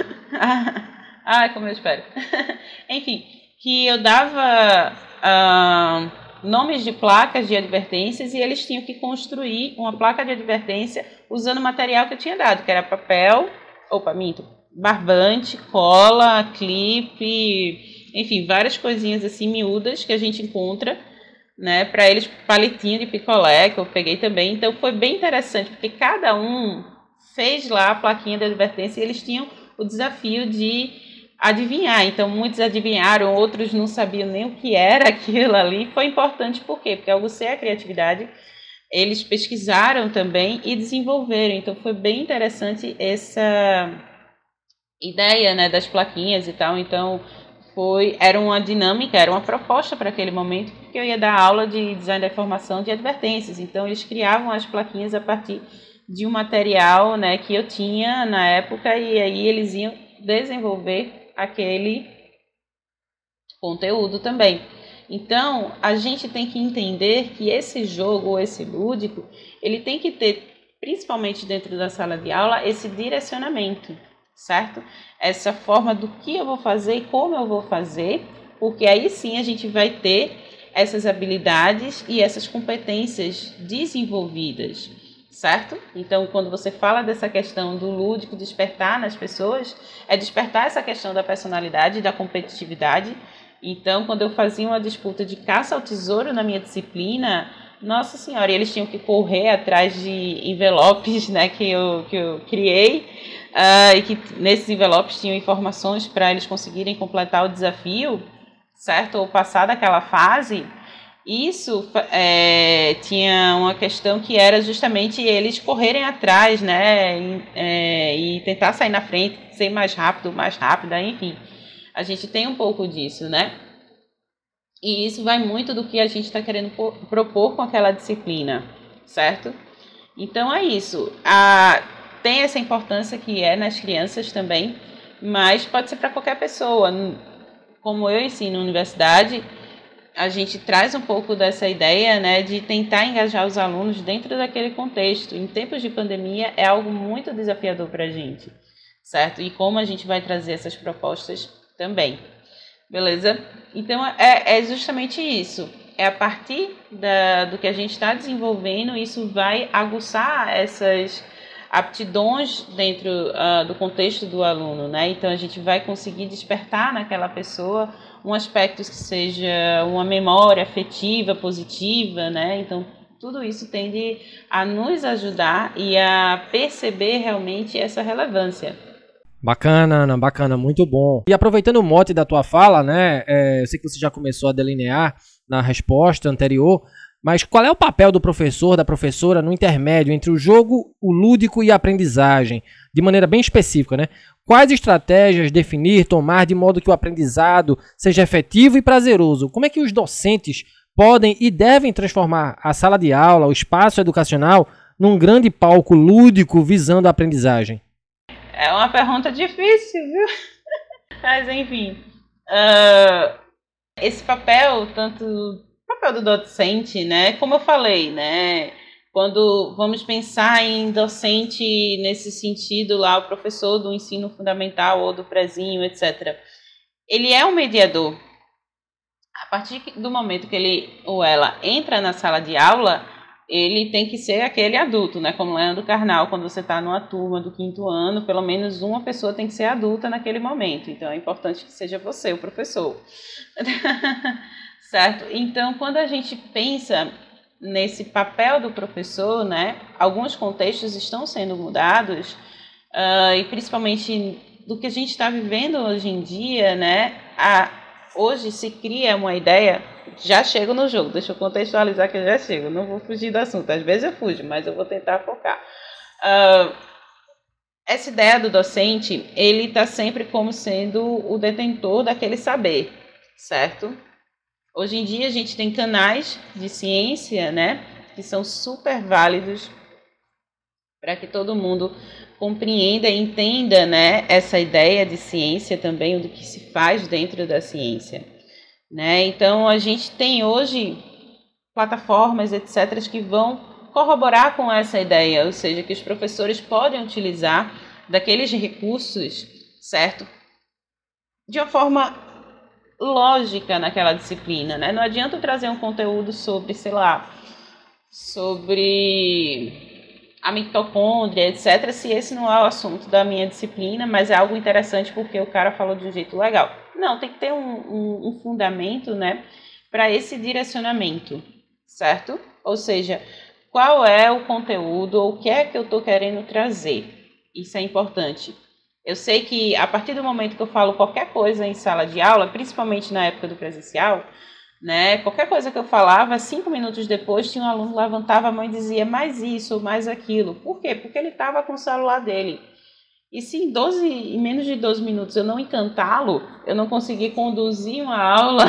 Speaker 3: Ai, como eu espero. Enfim, que eu dava uh, nomes de placas de advertências e eles tinham que construir uma placa de advertência usando o material que eu tinha dado, que era papel, opa, minto, barbante, cola, clipe, enfim, várias coisinhas assim miúdas que a gente encontra, né, para eles, palitinho de picolé que eu peguei também. Então foi bem interessante, porque cada um fez lá a plaquinha de advertência e eles tinham o desafio de adivinhar. Então, muitos adivinharam, outros não sabiam nem o que era aquilo ali. Foi importante por quê? Porque ao você a criatividade, eles pesquisaram também e desenvolveram. Então, foi bem interessante essa ideia, né, das plaquinhas e tal. Então, foi, era uma dinâmica, era uma proposta para aquele momento, porque eu ia dar aula de design da informação de advertências. Então, eles criavam as plaquinhas a partir de um material, né, que eu tinha na época, e aí eles iam desenvolver aquele conteúdo também. Então, a gente tem que entender que esse jogo, ou esse lúdico, ele tem que ter, principalmente dentro da sala de aula, esse direcionamento, certo? Essa forma do que eu vou fazer e como eu vou fazer, porque aí sim a gente vai ter essas habilidades e essas competências desenvolvidas, certo? Então, quando você fala dessa questão do lúdico despertar nas pessoas, é despertar essa questão da personalidade e da competitividade. Então, quando eu fazia uma disputa de caça ao tesouro na minha disciplina, nossa senhora, eles tinham que correr atrás de envelopes, né, que eu, que eu criei, uh, e que nesses envelopes tinham informações para eles conseguirem completar o desafio, certo? Ou passar daquela fase. Isso é, tinha uma questão que era justamente eles correrem atrás, né, e, é, e tentar sair na frente, ser mais rápido, mais rápida, enfim. A gente tem um pouco disso, né? E isso vai muito do que a gente está querendo propor com aquela disciplina, certo? Então é isso. A, tem essa importância que é nas crianças também, mas pode ser para qualquer pessoa. Como eu ensino na universidade, a gente traz um pouco dessa ideia, né, de tentar engajar os alunos dentro daquele contexto. Em tempos de pandemia é algo muito desafiador para a gente, certo? E como a gente vai trazer essas propostas também, beleza? Então, é, é justamente isso. É a partir da, do que a gente está desenvolvendo, isso vai aguçar essas aptidões dentro uh, do contexto do aluno, né? Então, a gente vai conseguir despertar naquela pessoa um aspecto que seja uma memória afetiva, positiva, né? Então, tudo isso tende a nos ajudar e a perceber realmente essa relevância.
Speaker 1: Bacana, Ana, bacana, muito bom. E aproveitando o mote da tua fala, né, é, eu sei que você já começou a delinear na resposta anterior, mas qual é o papel do professor, da professora, no intermédio entre o jogo, o lúdico e a aprendizagem, de maneira bem específica, né? Quais estratégias definir, tomar, de modo que o aprendizado seja efetivo e prazeroso? Como é que os docentes podem e devem transformar a sala de aula, o espaço educacional, num grande palco lúdico visando a aprendizagem?
Speaker 3: É uma pergunta difícil, viu? Mas, enfim. Uh, esse papel, tanto o papel do docente, né? Como eu falei, né? Quando vamos pensar em docente nesse sentido lá, o professor do ensino fundamental ou do prezinho, etcétera. Ele é um mediador. A partir do momento que ele ou ela entra na sala de aula, ele tem que ser aquele adulto, né? Como Leandro Carnal, quando você está numa turma do quinto ano, pelo menos uma pessoa tem que ser adulta naquele momento. Então, é importante que seja você, o professor. Certo? Então, quando a gente pensa nesse papel do professor, né? Alguns contextos estão sendo mudados, uh, e principalmente do que a gente está vivendo hoje em dia, né? A, hoje se cria uma ideia... Já chego no jogo, deixa eu contextualizar que eu já chego, não vou fugir do assunto, às vezes eu fujo, mas eu vou tentar focar. Uh, essa ideia do docente, ele está sempre como sendo o detentor daquele saber, certo? Hoje em dia a gente tem canais de ciência, né, que são super válidos para que todo mundo compreenda e entenda, né, essa ideia de ciência também, do que se faz dentro da ciência. Né? Então, a gente tem hoje plataformas, etcétera, que vão corroborar com essa ideia, ou seja, que os professores podem utilizar daqueles recursos, certo? De uma forma lógica naquela disciplina, né? Não adianta eu trazer um conteúdo sobre, sei lá, sobre a mitocôndria, etcétera, se esse não é o assunto da minha disciplina, mas é algo interessante porque o cara falou de um jeito legal. Não, tem que ter um, um, um fundamento, né, para esse direcionamento, certo? Ou seja, qual é o conteúdo ou o que é que eu estou querendo trazer? Isso é importante. Eu sei que a partir do momento que eu falo qualquer coisa em sala de aula, principalmente na época do presencial, né, qualquer coisa que eu falava, cinco minutos depois tinha um aluno que levantava a mão e dizia mais isso, mais aquilo. Por quê? Porque ele estava com o celular dele. E se em, doze, em menos de doze minutos eu não encantá-lo, eu não conseguir conduzir uma aula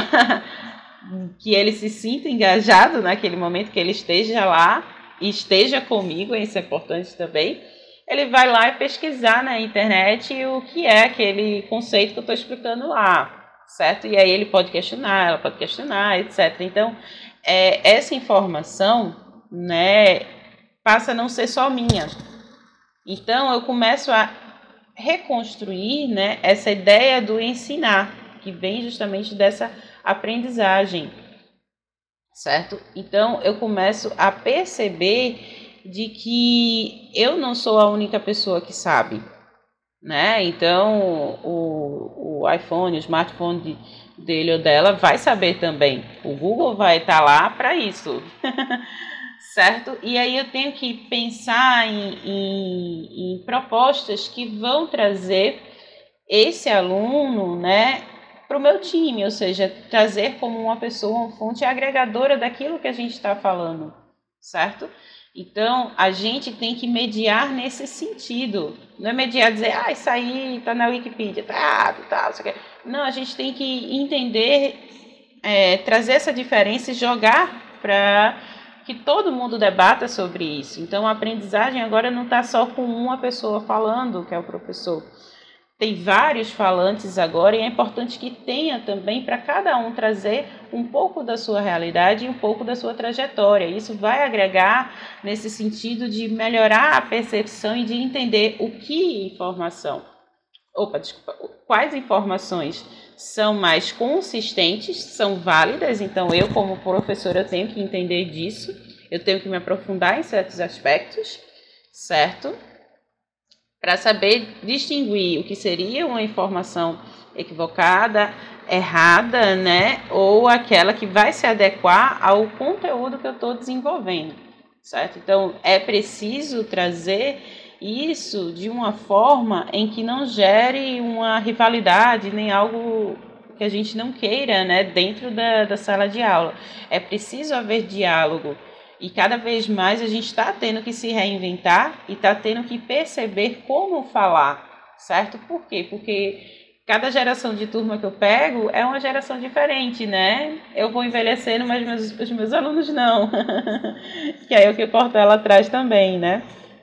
Speaker 3: que ele se sinta engajado naquele momento, que ele esteja lá e esteja comigo, isso é importante também, ele vai lá e pesquisar na internet o que é aquele conceito que eu estou explicando lá, certo? E aí ele pode questionar, ela pode questionar, etcétera. Então, é, essa informação, né, passa a não ser só minha. Então, eu começo a reconstruir, né, essa ideia do ensinar, que vem justamente dessa aprendizagem, certo? Então, eu começo a perceber de que eu não sou a única pessoa que sabe, né? Então, o, o iPhone, o smartphone de, dele ou dela vai saber também. O Google vai estar lá para isso, certo? E aí eu tenho que pensar em, em, em propostas que vão trazer esse aluno, né, para o meu time, ou seja, trazer como uma pessoa, uma fonte agregadora daquilo que a gente está falando, certo? Então, a gente tem que mediar nesse sentido. Não é mediar dizer, ah, isso aí está na Wikipedia, tá, tá, isso aqui. Não, a gente tem que entender, é, trazer essa diferença e jogar para que todo mundo debata sobre isso. Então, a aprendizagem agora não está só com uma pessoa falando, que é o professor. Tem vários falantes agora e é importante que tenha também para cada um trazer um pouco da sua realidade e um pouco da sua trajetória. Isso vai agregar nesse sentido de melhorar a percepção e de entender o que informação, opa, desculpa, quais informações são mais consistentes, são válidas. Então, eu como professora tenho que entender disso, eu tenho que me aprofundar em certos aspectos, certo? Para saber distinguir o que seria uma informação equivocada, errada, né, ou aquela que vai se adequar ao conteúdo que eu estou desenvolvendo, certo? Então, é preciso trazer isso de uma forma em que não gere uma rivalidade, nem algo que a gente não queira, né, dentro da, da sala de aula. É preciso haver diálogo. E cada vez mais a gente está tendo que se reinventar e está tendo que perceber como falar, certo? Por quê? Porque cada geração de turma que eu pego é uma geração diferente, né? Eu vou envelhecendo, mas meus, os meus alunos não. Que aí é o que o Portela traz também, né?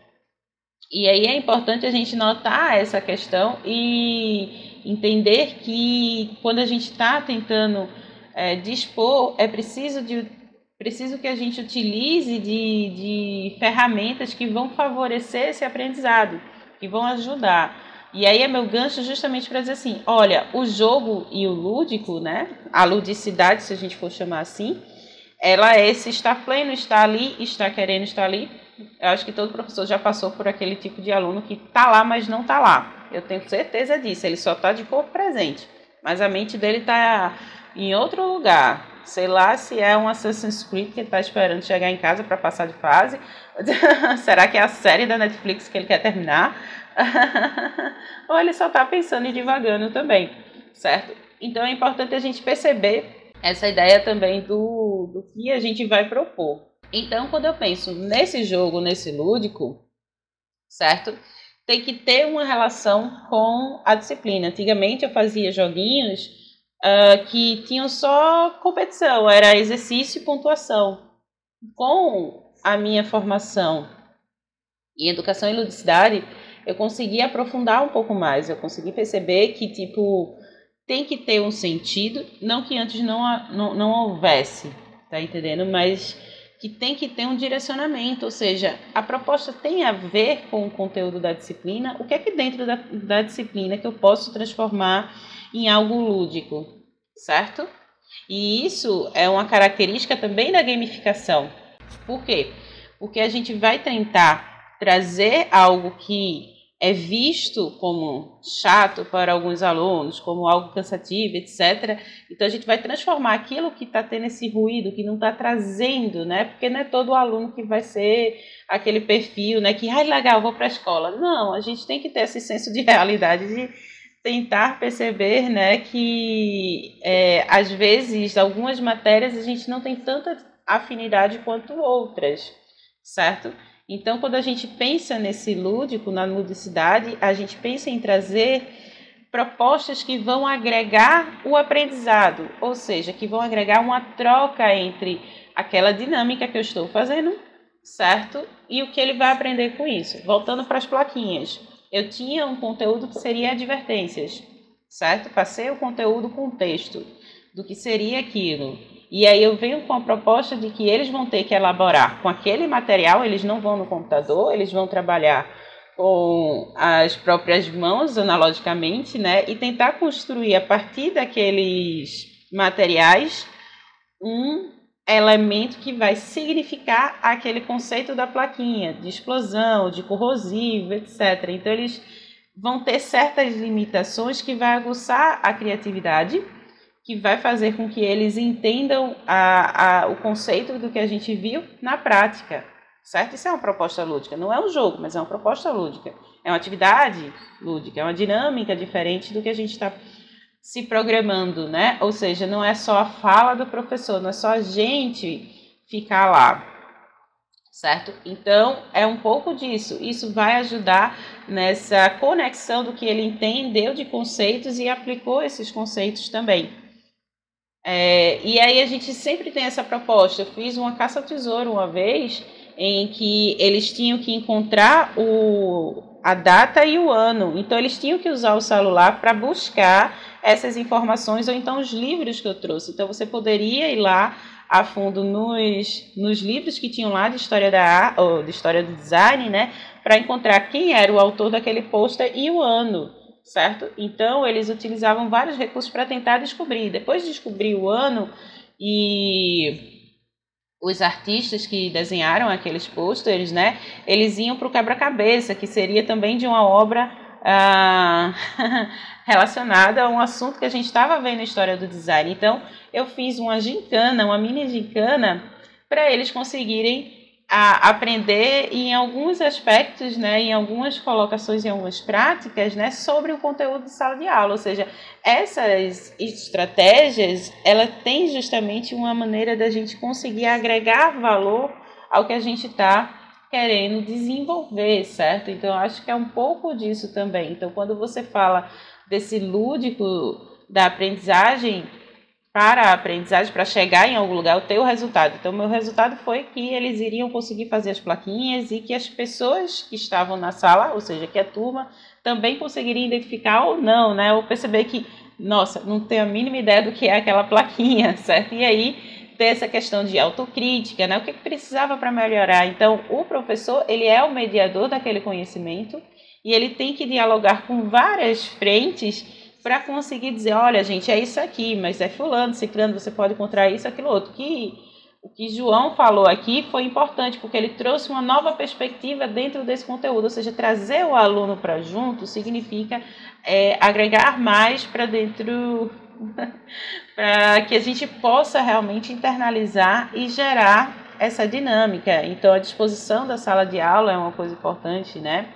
Speaker 3: E aí é importante a gente notar essa questão e entender que quando a gente está tentando é, dispor, é preciso de... Preciso que a gente utilize de, de ferramentas que vão favorecer esse aprendizado, que vão ajudar. E aí é meu gancho justamente para dizer assim, olha, o jogo e o lúdico, né, a ludicidade, se a gente for chamar assim, ela é esse estar pleno, estar ali, estar querendo estar ali. Eu acho que todo professor já passou por aquele tipo de aluno que está lá, mas não está lá. Eu tenho certeza disso, ele só está de corpo presente, mas a mente dele está em outro lugar. Sei lá se é um Assassin's Creed que ele está esperando chegar em casa para passar de fase. Será que é a série da Netflix que ele quer terminar? Ou ele só está pensando e divagando também, certo? Então é importante a gente perceber essa ideia também do, do que a gente vai propor. Então, quando eu penso nesse jogo, nesse lúdico, certo? Tem que ter uma relação com a disciplina. Antigamente eu fazia joguinhos Uh, que tinham só competição, era exercício e pontuação. Com a minha formação em educação e ludicidade, eu consegui aprofundar um pouco mais, eu consegui perceber que tipo, tem que ter um sentido, não que antes não, não, não houvesse, tá entendendo? Mas que tem que ter um direcionamento, ou seja, a proposta tem a ver com o conteúdo da disciplina, o que é que dentro da, da disciplina que eu posso transformar em algo lúdico, certo? E isso é uma característica também da gamificação. Por quê? Porque a gente vai tentar trazer algo que é visto como chato para alguns alunos, como algo cansativo, etcétera. Então, a gente vai transformar aquilo que está tendo esse ruído, que não está trazendo, né? Porque não é todo aluno que vai ser aquele perfil, né? Que, ai, legal, vou para a escola. Não, a gente tem que ter esse senso de realidade, de tentar perceber, né, que é, às vezes algumas matérias a gente não tem tanta afinidade quanto outras, certo? Então, quando a gente pensa nesse lúdico, na ludicidade, a gente pensa em trazer propostas que vão agregar o aprendizado, ou seja, que vão agregar uma troca entre aquela dinâmica que eu estou fazendo, certo? E o que ele vai aprender com isso. Voltando para as plaquinhas. Eu tinha um conteúdo que seria advertências, certo? Passei o conteúdo com texto do que seria aquilo. E aí eu venho com a proposta de que eles vão ter que elaborar com aquele material, eles não vão no computador, eles vão trabalhar com as próprias mãos, analogicamente, né? E tentar construir a partir daqueles materiais um elemento que vai significar aquele conceito da plaquinha, de explosão, de corrosivo, etcétera. Então, eles vão ter certas limitações que vai aguçar a criatividade, que vai fazer com que eles entendam a, a, o conceito do que a gente viu na prática, certo? Isso é uma proposta lúdica, não é um jogo, mas é uma proposta lúdica. É uma atividade lúdica, é uma dinâmica diferente do que a gente está se programando, né? Ou seja, não é só a fala do professor, não é só a gente ficar lá, certo? Então, é um pouco disso. Isso vai ajudar nessa conexão do que ele entendeu de conceitos e aplicou esses conceitos também. É, e aí a gente sempre tem essa proposta. Eu fiz uma caça ao tesouro uma vez, em que eles tinham que encontrar o, a data e o ano. Então, eles tinham que usar o celular para buscar essas informações, ou então os livros que eu trouxe. Então, você poderia ir lá a fundo nos, nos livros que tinham lá de história da arte, ou de história do design, né, para encontrar quem era o autor daquele pôster e o ano, certo? Então, eles utilizavam vários recursos para tentar descobrir. Depois de descobrir o ano e os artistas que desenharam aqueles pôsteres, né, eles iam para o quebra-cabeça, que seria também de uma obra ah, relacionada a um assunto que a gente estava vendo na história do design. Então, eu fiz uma gincana, uma mini gincana, para eles conseguirem a aprender em alguns aspectos, né, em algumas colocações, em algumas práticas, né, sobre o conteúdo de sala de aula. Ou seja, essas estratégias, ela tem justamente uma maneira da gente conseguir agregar valor ao que a gente está querendo desenvolver, certo? Então, eu acho que é um pouco disso também. Então, quando você fala desse lúdico da aprendizagem, para a aprendizagem, para chegar em algum lugar, o teu resultado. Então, o meu resultado foi que eles iriam conseguir fazer as plaquinhas e que as pessoas que estavam na sala, ou seja, que a turma, também conseguiriam identificar ou não, né? Ou perceber que, nossa, não tenho a mínima ideia do que é aquela plaquinha, certo? E aí, ter essa questão de autocrítica, né? O que precisava para melhorar? Então, o professor, ele é o mediador daquele conhecimento e ele tem que dialogar com várias frentes para conseguir dizer, olha, gente, é isso aqui, mas é fulano, ciclano, você pode encontrar isso, aquilo outro. Que, o que João falou aqui foi importante, porque ele trouxe uma nova perspectiva dentro desse conteúdo, ou seja, trazer o aluno para junto significa é, agregar mais para dentro, para que a gente possa realmente internalizar e gerar essa dinâmica. Então, a disposição da sala de aula é uma coisa importante, né?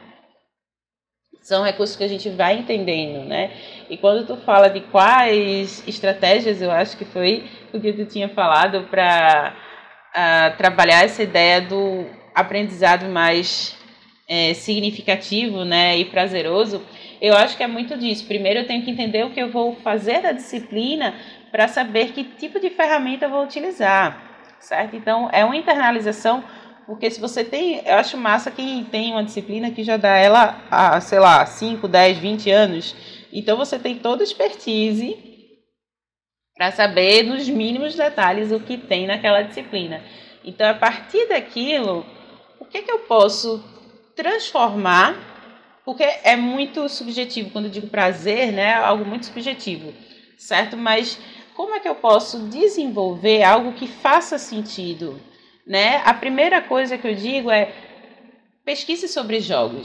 Speaker 3: São recursos que a gente vai entendendo, né? E quando tu fala de quais estratégias, eu acho que foi o que tu tinha falado para uh, trabalhar essa ideia do aprendizado mais é, significativo, né, e prazeroso, eu acho que é muito disso. Primeiro eu tenho que entender o que eu vou fazer da disciplina para saber que tipo de ferramenta eu vou utilizar, certo? Então, é uma internalização. Porque se você tem, eu acho massa quem tem uma disciplina que já dá ela há, sei lá, cinco, dez, vinte anos. Então, você tem toda a expertise para saber nos mínimos detalhes o que tem naquela disciplina. Então, a partir daquilo, o que, que eu posso transformar? Porque é muito subjetivo, quando eu digo prazer, né, é algo muito subjetivo, certo? Mas como é que eu posso desenvolver algo que faça sentido? Né? A primeira coisa que eu digo é pesquise sobre jogos,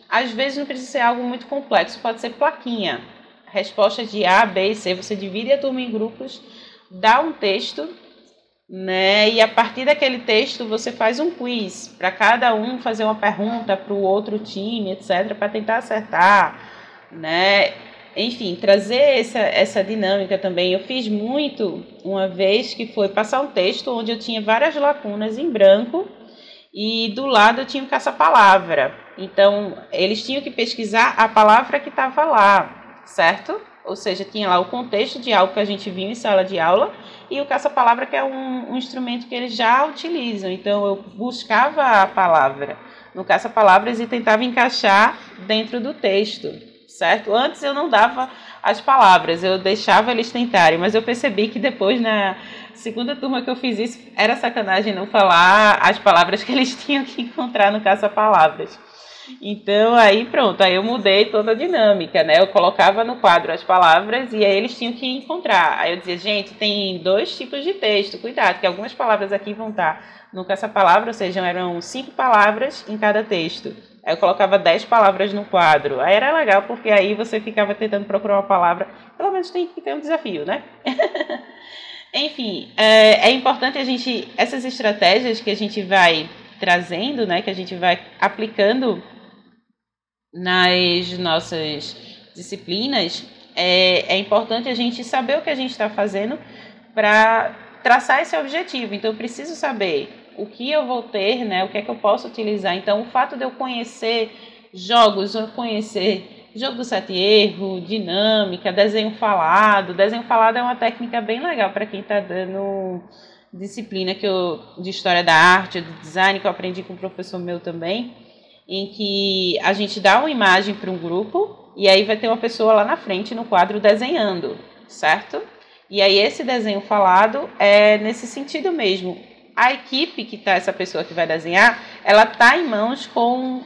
Speaker 3: às vezes não precisa ser algo muito complexo, pode ser plaquinha. Respostas de A, B e C, você divide a turma em grupos, dá um texto, né? E a partir daquele texto você faz um quiz para cada um fazer uma pergunta para o outro time, etcétera, para tentar acertar, né? Enfim, trazer essa, essa dinâmica também. Eu fiz muito uma vez que foi passar um texto onde eu tinha várias lacunas em branco e do lado eu tinha um caça-palavra. Então, eles tinham que pesquisar a palavra que estava lá, certo? Ou seja, tinha lá o contexto de algo que a gente viu em sala de aula e o caça-palavra, que é um, um instrumento que eles já utilizam. Então, eu buscava a palavra no caça-palavras e tentava encaixar dentro do texto, certo? Antes eu não dava as palavras, eu deixava eles tentarem, mas eu percebi que depois, na segunda turma que eu fiz isso, era sacanagem não falar as palavras que eles tinham que encontrar no caça-palavras. Então, aí pronto, aí eu mudei toda a dinâmica, né? Eu colocava no quadro as palavras e aí eles tinham que encontrar. Aí eu dizia, gente, tem dois tipos de texto, cuidado, que algumas palavras aqui vão estar no caça-palavra, ou seja, eram cinco palavras em cada texto. Aí eu colocava dez palavras no quadro. Aí era legal, porque aí você ficava tentando procurar uma palavra. Pelo menos tem que ter um desafio, né? Enfim, é, é importante a gente... Essas estratégias que a gente vai trazendo, né? Que a gente vai aplicando nas nossas disciplinas, é, é importante a gente saber o que a gente está fazendo para traçar esse objetivo. Então, eu preciso saber o que eu vou ter, né? O que é que eu posso utilizar. Então, o fato de eu conhecer jogos, eu conhecer jogo do sete erro, dinâmica, desenho falado. Desenho falado é uma técnica bem legal para quem está dando disciplina que eu, de história da arte, de design, que eu aprendi com um professor meu também, em que a gente dá uma imagem para um grupo e aí vai ter uma pessoa lá na frente no quadro desenhando, certo? E aí esse desenho falado é nesse sentido mesmo. A equipe que está, essa pessoa que vai desenhar, ela está em mãos com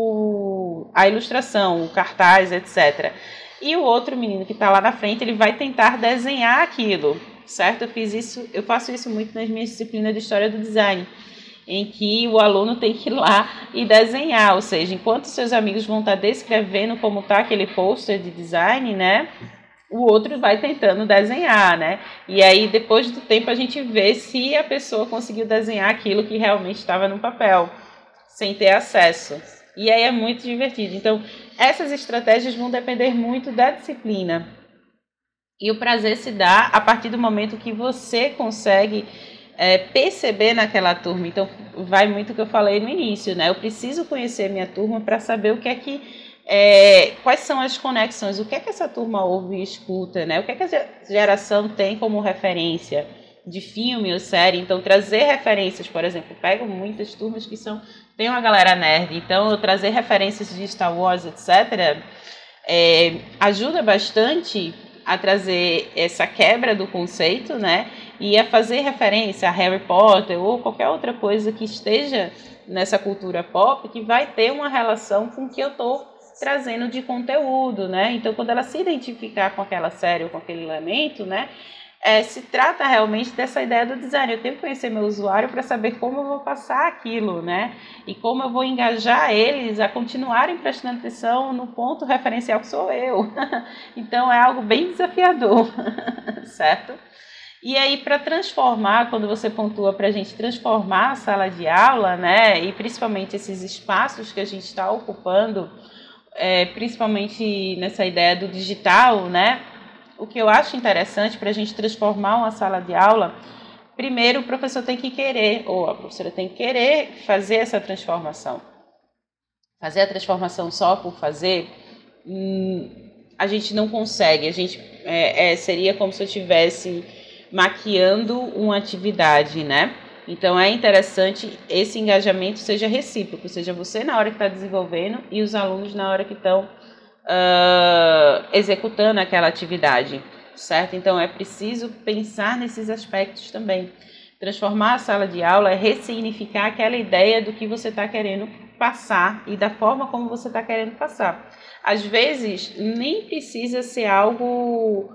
Speaker 3: o, a ilustração, o cartaz, etcétera. E o outro menino que está lá na frente, ele vai tentar desenhar aquilo, certo? Eu fiz isso, eu faço isso muito nas minhas disciplinas de história do design, em que o aluno tem que ir lá e desenhar, ou seja, enquanto seus amigos vão estar descrevendo como está aquele pôster de design, né? O outro vai tentando desenhar, né? E aí, depois do tempo, a gente vê se a pessoa conseguiu desenhar aquilo que realmente estava no papel, sem ter acesso. E aí é muito divertido. Então, essas estratégias vão depender muito da disciplina. E o prazer se dá a partir do momento que você consegue é, perceber naquela turma. Então, vai muito o que eu falei no início, né? Eu preciso conhecer minha turma para saber o que é que É, quais são as conexões, o que é que essa turma ouve e escuta, né? O que é que a geração tem como referência de filme ou série. Então, trazer referências, por exemplo, pego muitas turmas que são, tem uma galera nerd, então eu trazer referências de Star Wars, etcétera, é, ajuda bastante a trazer essa quebra do conceito, né? E a fazer referência a Harry Potter ou qualquer outra coisa que esteja nessa cultura pop, que vai ter uma relação com o que eu estou trazendo de conteúdo, né? Então, quando ela se identificar com aquela série ou com aquele elemento, né? É, se trata realmente dessa ideia do design. Eu tenho que conhecer meu usuário para saber como eu vou passar aquilo, né? E como eu vou engajar eles a continuarem prestando atenção no ponto referencial que sou eu. Então, é algo bem desafiador, certo? E aí, para transformar, quando você pontua para a gente transformar a sala de aula, né? E principalmente esses espaços que a gente está ocupando, É, principalmente nessa ideia do digital, né? O que eu acho interessante para a gente transformar uma sala de aula, primeiro o professor tem que querer, ou a professora tem que querer fazer essa transformação. Fazer a transformação só por fazer, hum, a gente não consegue. A gente é, é, seria como se eu estivesse maquiando uma atividade, né? Então, é interessante esse engajamento seja recíproco, seja você na hora que está desenvolvendo e os alunos na hora que estão uh, executando aquela atividade, certo? Então, é preciso pensar nesses aspectos também. Transformar a sala de aula é ressignificar aquela ideia do que você está querendo passar e da forma como você está querendo passar. Às vezes, nem precisa ser algo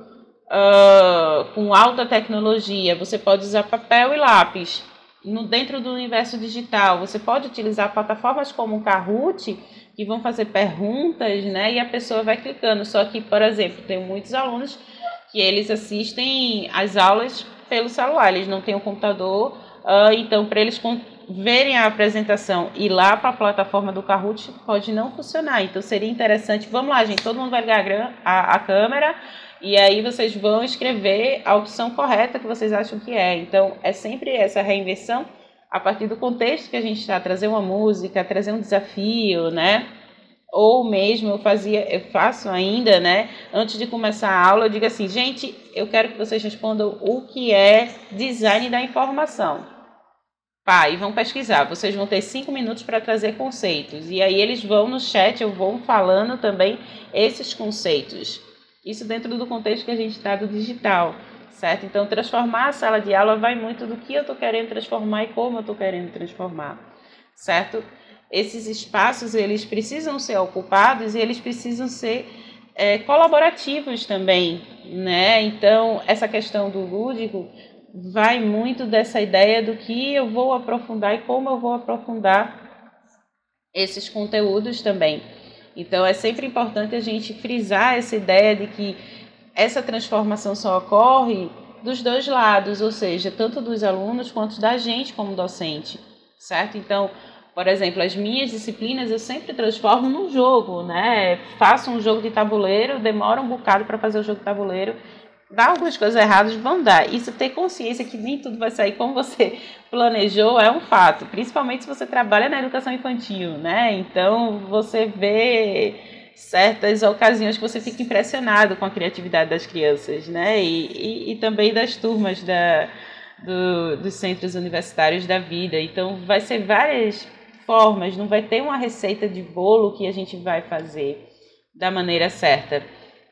Speaker 3: uh, com alta tecnologia. Você pode usar papel e lápis. No, dentro do universo digital, você pode utilizar plataformas como o Kahoot, que vão fazer perguntas, né? E a pessoa vai clicando. Só que, por exemplo, tem muitos alunos que eles assistem as aulas pelo celular, eles não têm um computador, uh, então para eles verem a apresentação e ir lá para a plataforma do Kahoot pode não funcionar. Então seria interessante, vamos lá, gente, todo mundo vai ligar a, a, a câmera e aí vocês vão escrever a opção correta que vocês acham que é. Então é sempre essa reinvenção a partir do contexto que a gente está, trazer uma música, trazer um desafio, né? Ou mesmo eu fazia, eu faço ainda, né? Antes de começar a aula, eu digo assim, gente, eu quero que vocês respondam o que é design da informação. Pá, e vão pesquisar. Vocês vão ter cinco minutos para trazer conceitos. E aí eles vão no chat, eu vou falando também esses conceitos. Isso dentro do contexto que a gente está do digital, certo? Então, transformar a sala de aula vai muito do que eu estou querendo transformar e como eu estou querendo transformar, certo? Esses espaços, eles precisam ser ocupados e eles precisam ser é, colaborativos também, né? Então, essa questão do lúdico vai muito dessa ideia do que eu vou aprofundar e como eu vou aprofundar esses conteúdos também. Então, é sempre importante a gente frisar essa ideia de que essa transformação só ocorre dos dois lados, ou seja, tanto dos alunos quanto da gente como docente, certo? Então, por exemplo, as minhas disciplinas eu sempre transformo num jogo, né? Faço um jogo de tabuleiro, demora um bocado para fazer o jogo de tabuleiro, dá algumas coisas erradas, vão dar. Isso ter consciência que nem tudo vai sair como você planejou é um fato, principalmente se você trabalha na educação infantil, né? Então, você vê certas ocasiões que você fica impressionado com a criatividade das crianças, né? E, e, e também das turmas da, do, dos centros universitários da vida. Então, vai ser várias formas, não vai ter uma receita de bolo que a gente vai fazer da maneira certa.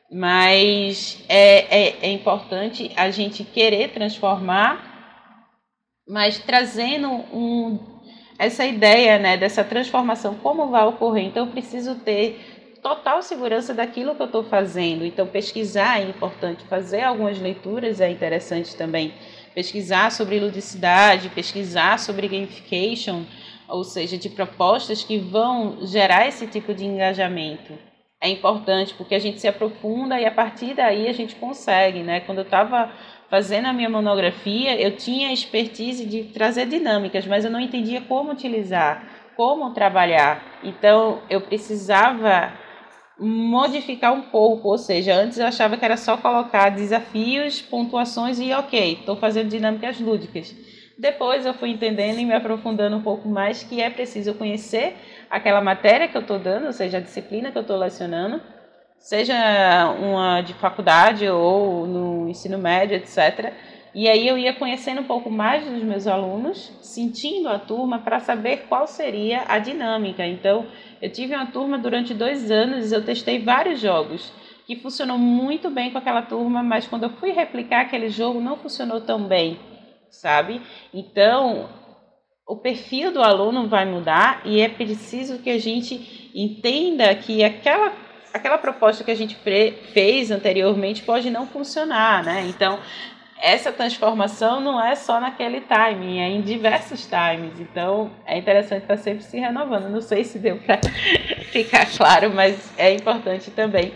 Speaker 3: Mas é, é, é importante a gente querer transformar, mas trazendo um, essa ideia, né, dessa transformação, como vai ocorrer. Então, eu preciso ter total segurança daquilo que eu estou fazendo. Então, pesquisar é importante, fazer algumas leituras é interessante também. Pesquisar sobre ludicidade, pesquisar sobre gamification, ou seja, de propostas que vão gerar esse tipo de engajamento. É importante porque a gente se aprofunda e a partir daí a gente consegue, né? Quando eu estava fazendo a minha monografia, eu tinha a expertise de trazer dinâmicas, mas eu não entendia como utilizar, como trabalhar. Então, eu precisava modificar um pouco, ou seja, antes eu achava que era só colocar desafios, pontuações e ok, estou fazendo dinâmicas lúdicas. Depois eu fui entendendo e me aprofundando um pouco mais que é preciso conhecer aquela matéria que eu estou dando, ou seja, a disciplina que eu estou lecionando, seja uma de faculdade ou no ensino médio, etcétera. E aí eu ia conhecendo um pouco mais dos meus alunos, sentindo a turma para saber qual seria a dinâmica. Então, eu tive uma turma durante dois anos e eu testei vários jogos que funcionou muito bem com aquela turma, mas quando eu fui replicar aquele jogo não funcionou tão bem, sabe? Então, o perfil do aluno vai mudar e é preciso que a gente entenda que aquela, aquela proposta que a gente fez anteriormente pode não funcionar, né? Então, essa transformação não é só naquele timing, é em diversos times. Então, é interessante estar sempre se renovando. Não sei se deu para ficar claro, mas é importante também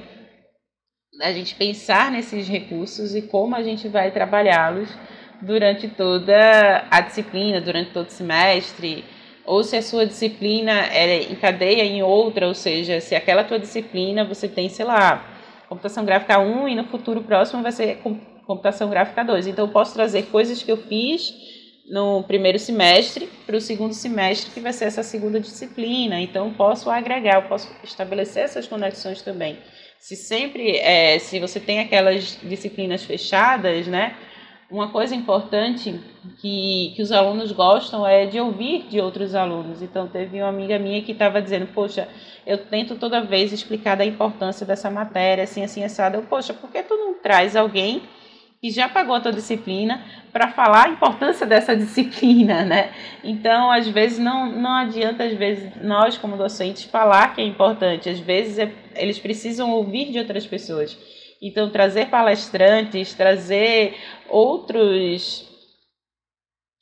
Speaker 3: a gente pensar nesses recursos e como a gente vai trabalhá-los durante toda a disciplina, durante todo o semestre, ou se a sua disciplina é, encadeia em outra, ou seja, se aquela tua disciplina você tem, sei lá, computação gráfica um e no futuro próximo vai ser computação gráfica dois. Então, eu posso trazer coisas que eu fiz no primeiro semestre para o segundo semestre, que vai ser essa segunda disciplina. Então, eu posso agregar, eu posso estabelecer essas conexões também. Se sempre, é, se você tem aquelas disciplinas fechadas, né? Uma coisa importante que, que os alunos gostam é de ouvir de outros alunos. Então, teve uma amiga minha que estava dizendo, poxa, eu tento toda vez explicar da importância dessa matéria, assim, assim, assado. Eu, poxa, por que tu não traz alguém que já pagou a tua disciplina para falar a importância dessa disciplina, né? Então, às vezes, não, não adianta, às vezes, nós, como docentes, falar que é importante. Às vezes, é, eles precisam ouvir de outras pessoas. Então, trazer palestrantes, trazer outros,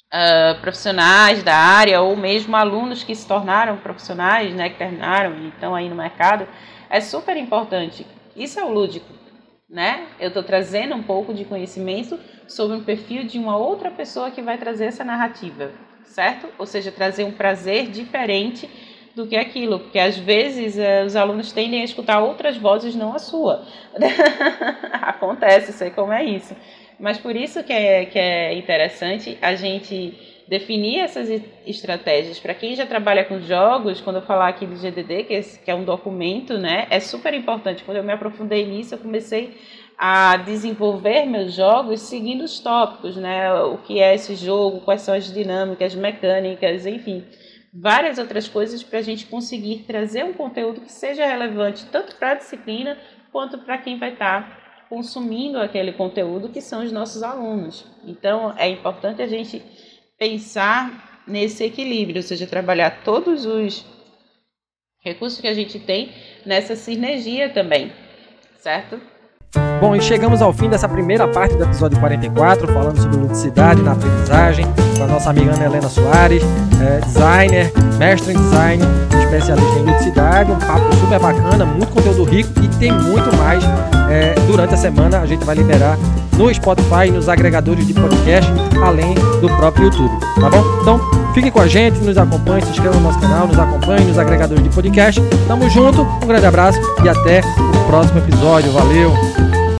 Speaker 3: uh, profissionais da área ou mesmo alunos que se tornaram profissionais, né, que terminaram e estão aí no mercado, é super importante. Isso é o lúdico, né? Eu estou trazendo um pouco de conhecimento sobre um perfil de uma outra pessoa que vai trazer essa narrativa, certo? Ou seja, trazer um prazer diferente do que aquilo, porque às vezes uh, os alunos tendem a escutar outras vozes, não a sua. Acontece, sei como é isso. Mas por isso que é, que é interessante a gente definir essas estratégias. Para quem já trabalha com jogos, quando eu falar aqui do G D D, que é, que é um documento, né, é super importante. Quando eu me aprofundei nisso, eu comecei a desenvolver meus jogos seguindo os tópicos, né, o que é esse jogo, quais são as dinâmicas, mecânicas, enfim, várias outras coisas para a gente conseguir trazer um conteúdo que seja relevante tanto para a disciplina quanto para quem vai estar consumindo aquele conteúdo, que são os nossos alunos. Então, é importante a gente pensar nesse equilíbrio, ou seja, trabalhar todos os recursos que a gente tem nessa sinergia também, certo?
Speaker 1: Bom, e chegamos ao fim dessa primeira parte do episódio quarenta e quatro, falando sobre ludicidade na aprendizagem, com a nossa amiga Ana Helena Soares, é, designer, mestre em design, especialista em ludicidade, um papo super bacana, muito conteúdo rico e tem muito mais. É, durante a semana a gente vai liberar no Spotify e nos agregadores de podcast, além do próprio YouTube, tá bom? Então, fique com a gente, nos acompanhe, se inscreva no nosso canal, nos acompanhe nos agregadores de podcast. Tamo junto, um grande abraço e até o próximo episódio. Valeu!